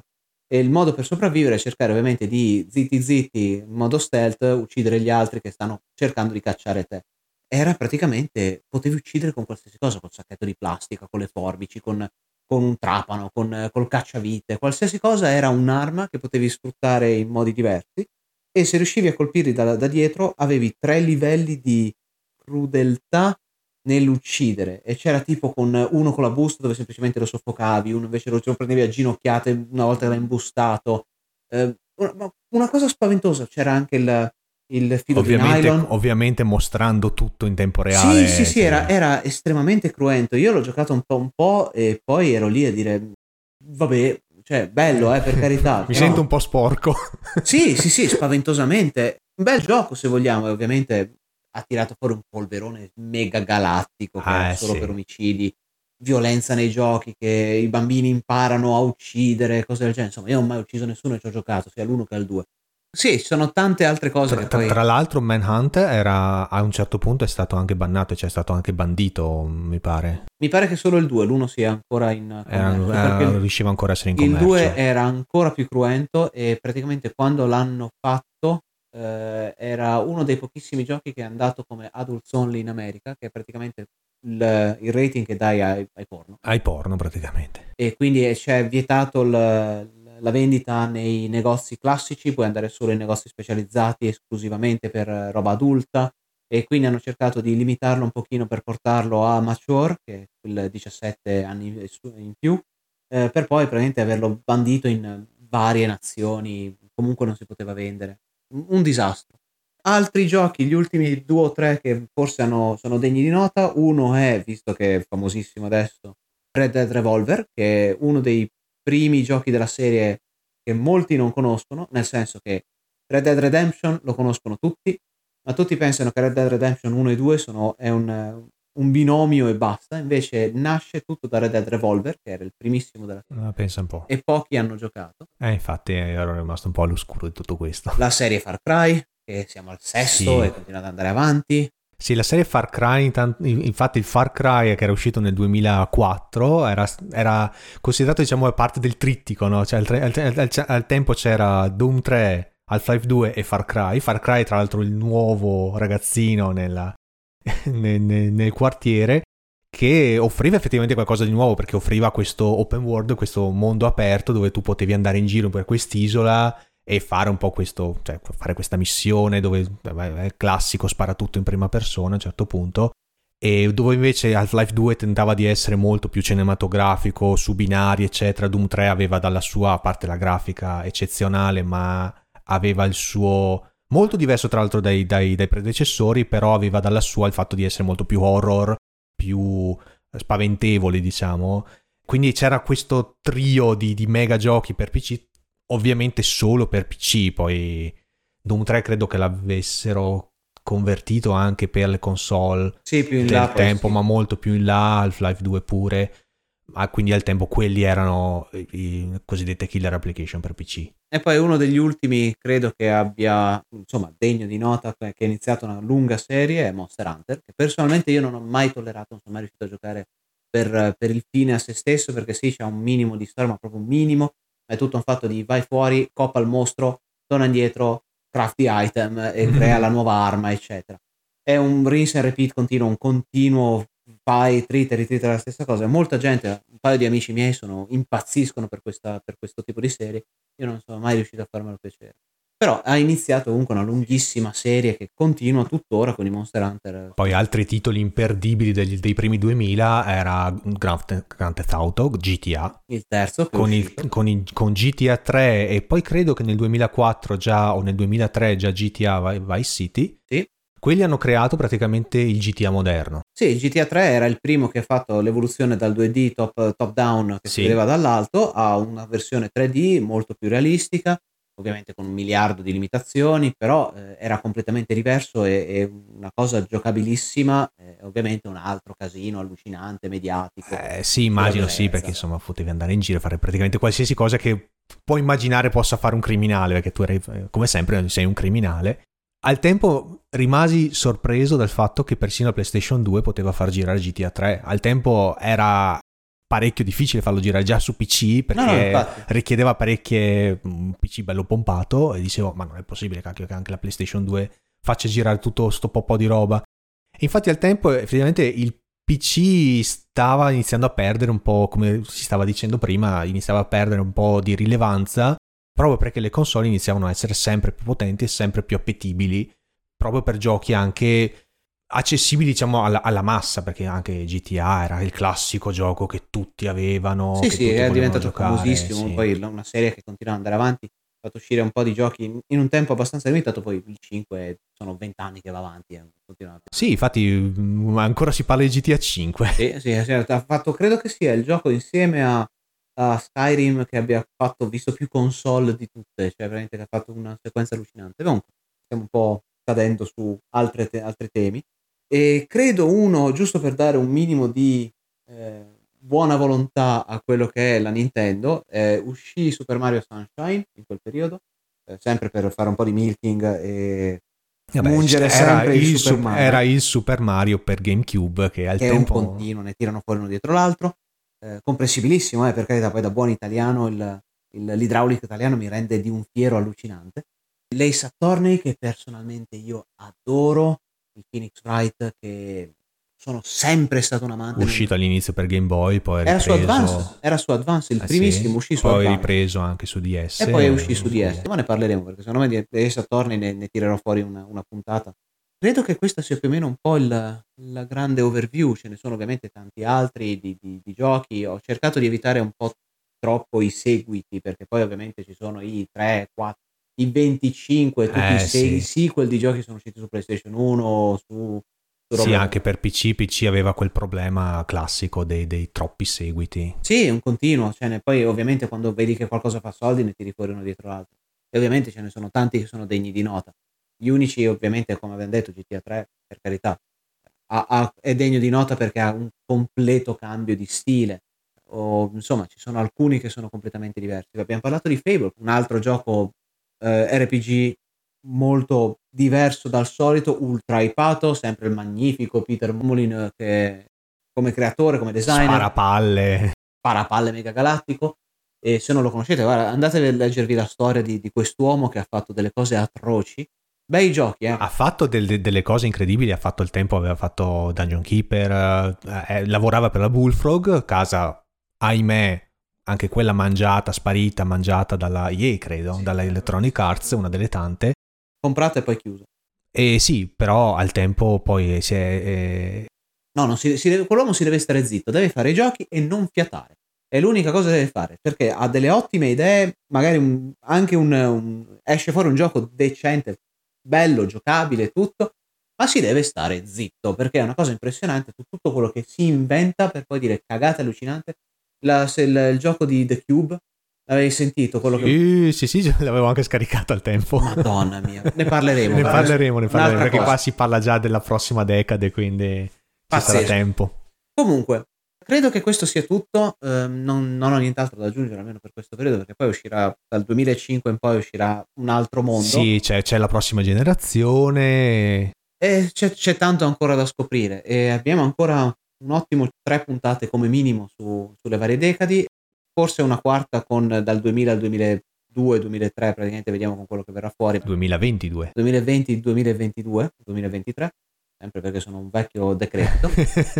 Speaker 1: E il modo per sopravvivere è cercare ovviamente di zitti zitti in modo stealth, uccidere gli altri che stanno cercando di cacciare te. Era praticamente, potevi uccidere con qualsiasi cosa, col sacchetto di plastica, con le forbici, con un trapano, col cacciavite, qualsiasi cosa era un'arma che potevi sfruttare in modi diversi, e se riuscivi a colpirli da dietro avevi 3 livelli di crudeltà nell'uccidere, e c'era tipo con uno con la busta dove semplicemente lo soffocavi, uno invece lo prendevi a ginocchiate una volta che l'ha imbustato. Una cosa spaventosa, c'era anche il filo di nylon.
Speaker 2: Ovviamente mostrando tutto in tempo
Speaker 1: Sì,
Speaker 2: reale.
Speaker 1: sì, sì, era estremamente cruento. Io l'ho giocato un po' e poi ero lì a dire, vabbè, cioè, bello, per carità.
Speaker 2: Mi sento un po' sporco.
Speaker 1: Sì, sì, sì, spaventosamente. Un bel gioco, se vogliamo, e ovviamente ha tirato fuori un polverone mega galattico che era solo
Speaker 2: Sì.
Speaker 1: per omicidi, violenza nei giochi, che i bambini imparano a uccidere, cose del genere. Insomma, io non ho mai ucciso nessuno e ci ho giocato, sia l'1 che al 2. Sì, ci sono tante altre cose che poi...
Speaker 2: Tra l'altro Manhunt era, a un certo punto è stato anche bannato, cioè è stato anche bandito, mi pare.
Speaker 1: Mi pare che solo il 2, l'1 sia ancora in commercio.
Speaker 2: Riusciva ancora a essere in
Speaker 1: il
Speaker 2: commercio.
Speaker 1: 2 era ancora più cruento, e praticamente quando l'hanno fatto era uno dei pochissimi giochi che è andato come Adults Only in America, che è praticamente il rating che dai ai porno.
Speaker 2: Ai porno praticamente.
Speaker 1: E quindi c'è vietato la vendita nei negozi classici, puoi andare solo in negozi specializzati esclusivamente per roba adulta, e quindi hanno cercato di limitarlo un pochino per portarlo a mature, che è il 17 anni in più, per poi praticamente averlo bandito in varie nazioni, comunque non si poteva vendere. Un disastro. Altri giochi, gli ultimi 2 o 3 che forse sono degni di nota, uno è, visto che è famosissimo adesso, Red Dead Revolver, che è uno dei primi giochi della serie che molti non conoscono, nel senso che Red Dead Redemption lo conoscono tutti, ma tutti pensano che Red Dead Redemption 1 e 2 è un binomio e basta. Invece nasce tutto da Red Dead Revolver, che era il primissimo della serie,
Speaker 2: pensa un po'.
Speaker 1: e pochi hanno giocato.
Speaker 2: Infatti ero rimasto un po' all'oscuro di tutto questo.
Speaker 1: La serie Far Cry, che siamo al 6° e continua ad andare avanti.
Speaker 2: Sì, la serie Far Cry, infatti il Far Cry che era uscito nel 2004 era considerato, diciamo, parte del trittico, no? Cioè al tempo c'era Doom 3, Half-Life 2 e Far Cry. Far Cry tra l'altro il nuovo ragazzino nel quartiere, che offriva effettivamente qualcosa di nuovo, perché offriva questo open world, questo mondo aperto dove tu potevi andare in giro per quest'isola e fare un po' questo, cioè fare questa missione dove è classico, spara tutto in prima persona a un certo punto, e dove invece Half-Life 2 tentava di essere molto più cinematografico, su binari eccetera. Doom 3 aveva dalla sua, a parte la grafica eccezionale, ma aveva il suo, molto diverso tra l'altro dai predecessori, però aveva dalla sua il fatto di essere molto più horror, più spaventevoli, diciamo. Quindi c'era questo trio di mega giochi per PC, ovviamente solo per PC. Poi Doom 3 credo che l'avessero convertito anche per le console,
Speaker 1: sì, più in là,
Speaker 2: tempo,
Speaker 1: sì.
Speaker 2: Ma molto più in là, Half-Life 2 pure. Ma quindi al tempo quelli erano i cosiddette killer application per PC.
Speaker 1: E poi uno degli ultimi, credo che abbia, insomma, degno di nota, che ha iniziato una lunga serie, è Monster Hunter, che personalmente io non ho mai tollerato, non sono mai riuscito a giocare per il fine a se stesso, perché sì, c'è un minimo di storia, ma proprio un minimo. È tutto un fatto di vai fuori, coppa il mostro, torna indietro, crafti item e crea la nuova arma, eccetera. È un rinse and repeat continuo, un continuo fai, trita e ritrita la stessa cosa. Molta gente, un paio di amici miei impazziscono per questo tipo di serie. Io non sono mai riuscito a farmelo piacere. Però ha iniziato comunque una lunghissima serie che continua tuttora con i Monster Hunter.
Speaker 2: Poi altri titoli imperdibili dei primi 2000 era Grand Theft Auto, GTA.
Speaker 1: Il terzo
Speaker 2: con GTA 3, e poi credo che nel 2004 già, o nel 2003 già GTA Vice City.
Speaker 1: Sì.
Speaker 2: Quelli hanno creato praticamente il GTA moderno.
Speaker 1: Sì, il GTA 3 era il primo che ha fatto l'evoluzione dal 2D top down, che si vedeva dall'alto, a una versione 3D molto più realistica, ovviamente con 1 miliardo di limitazioni, però era completamente diverso e una cosa giocabilissima, ovviamente un altro casino allucinante, mediatico.
Speaker 2: Sì, immagino, sì, perché insomma potevi andare in giro e fare praticamente qualsiasi cosa che puoi immaginare possa fare un criminale, perché tu eri, come sempre, sei un criminale. Al tempo rimasi sorpreso dal fatto che persino la PlayStation 2 poteva far girare GTA 3. Al tempo era parecchio difficile farlo girare già su PC, perché richiedeva un PC bello pompato, e dicevo ma non è possibile cacchio che anche la PlayStation 2 faccia girare tutto sto po' di roba. E infatti al tempo effettivamente il PC stava iniziando a perdere un po', come si stava dicendo prima, iniziava a perdere un po' di rilevanza, proprio perché le console iniziavano a essere sempre più potenti e sempre più appetibili, proprio per giochi anche accessibili, diciamo, alla massa, perché anche GTA era il classico gioco che tutti avevano.
Speaker 1: Sì,
Speaker 2: che
Speaker 1: sì,
Speaker 2: tutti
Speaker 1: è diventato
Speaker 2: giocare,
Speaker 1: famosissimo,
Speaker 2: sì.
Speaker 1: Poi una serie che continua ad andare avanti, ha fatto uscire un po' di giochi in un tempo abbastanza limitato, poi il 5 sono 20 anni che va avanti.
Speaker 2: Sì, infatti ancora si parla di GTA 5.
Speaker 1: Sì, ha fatto, credo che sia il gioco insieme a Skyrim che abbia visto più console di tutte, cioè veramente che ha fatto una sequenza allucinante. Comunque stiamo un po' cadendo su altri temi, e credo giusto per dare un minimo di buona volontà a quello che è la Nintendo, uscì Super Mario Sunshine in quel periodo, sempre per fare un po' di milking e mungere sempre il Super Mario.
Speaker 2: Era il Super Mario per GameCube che al tempo
Speaker 1: è un continuo, ne tirano fuori uno dietro l'altro, comprensibilissimo, per carità, poi da buon italiano l'idraulico italiano mi rende di un fiero allucinante. L'Ace Attorney, che personalmente io adoro, il Phoenix Wright, che sono sempre stato un amante.
Speaker 2: Uscito all'inizio per Game Boy, poi
Speaker 1: era su Advance, il primissimo, uscì su
Speaker 2: poi
Speaker 1: Advance.
Speaker 2: Ripreso anche su DS.
Speaker 1: E poi uscì su DS, ma ne parleremo, perché secondo me di Ace Attorney ne tirerò fuori una puntata. Credo che questa sia più o meno un po' la grande overview, ce ne sono ovviamente tanti altri di giochi, ho cercato di evitare un po' troppo i seguiti, perché poi ovviamente ci sono i 3, 4, i 25, tutti i sequel di giochi sono usciti su PlayStation 1, su
Speaker 2: sì, anche per PC aveva quel problema classico dei troppi seguiti.
Speaker 1: Sì, è un continuo, poi ovviamente quando vedi che qualcosa fa soldi ne tiri fuori uno dietro l'altro, e ovviamente ce ne sono tanti che sono degni di nota. Gli unici ovviamente, come abbiamo detto, GTA 3, per carità, è degno di nota perché ha un completo cambio di stile, o insomma ci sono alcuni che sono completamente diversi. Abbiamo parlato di Fable, un altro gioco RPG molto diverso dal solito, ultra hypato, sempre il magnifico Peter Molyneux che come creatore, come designer, parapalle mega galattico. E se non lo conoscete, guarda, andate a leggervi la storia di quest'uomo che ha fatto delle cose atroci. Bei giochi,
Speaker 2: Ha fatto delle cose incredibili, ha fatto il tempo, aveva fatto Dungeon Keeper, lavorava per la Bullfrog, casa, ahimè, anche quella mangiata dalla EA, credo, sì, dalla Electronic Arts, una delle tante.
Speaker 1: Comprata e poi chiusa.
Speaker 2: E sì, però al tempo poi si è...
Speaker 1: No, quell'uomo si deve stare zitto, deve fare i giochi e non fiatare. È l'unica cosa che deve fare, perché ha delle ottime idee, magari esce fuori un gioco decente, bello, giocabile, tutto, ma si deve stare zitto, perché è una cosa impressionante tutto quello che si inventa per poi dire cagate allucinante. Il gioco di The Cube, l'avevi sentito? Quello
Speaker 2: sì, l'avevo anche scaricato al tempo.
Speaker 1: Madonna mia, ne parleremo.
Speaker 2: ne parleremo perché qua si parla già della prossima decade, quindi ci sarà tempo.
Speaker 1: Comunque, credo che questo sia tutto, non ho nient'altro da aggiungere, almeno per questo periodo, perché poi uscirà dal 2005 in poi uscirà un altro mondo.
Speaker 2: Sì, c'è la prossima generazione.
Speaker 1: E c'è tanto ancora da scoprire, e abbiamo ancora un ottimo 3 puntate come minimo sulle varie decadi, forse una quarta dal 2000 al 2002, 2003, praticamente vediamo con quello che verrà fuori.
Speaker 2: 2022.
Speaker 1: 2020, 2022, 2023, sempre perché sono un vecchio decrepito.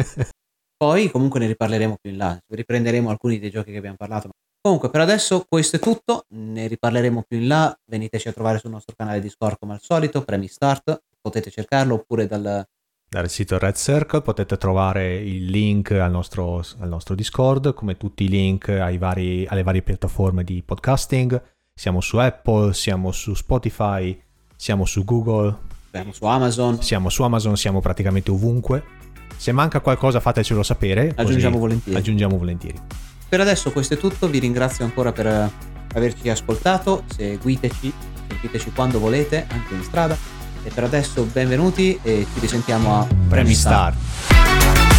Speaker 1: Poi comunque ne riparleremo più in là, riprenderemo alcuni dei giochi che abbiamo parlato. Comunque per adesso questo è tutto, ne riparleremo più in là, veniteci a trovare sul nostro canale Discord come al solito, Premi Start, potete cercarlo, oppure dal
Speaker 2: sito Red Circle potete trovare il link al nostro Discord, come tutti i link alle varie piattaforme di podcasting. Siamo su Apple, siamo su Spotify, siamo su Google, siamo su Amazon, siamo praticamente ovunque. Se manca qualcosa fatecelo sapere,
Speaker 1: aggiungiamo
Speaker 2: volentieri.
Speaker 1: Per adesso questo è tutto, vi ringrazio ancora per averci ascoltato, seguiteci, sentiteci quando volete, anche in strada. E per adesso benvenuti e ci risentiamo a
Speaker 2: Premi Start.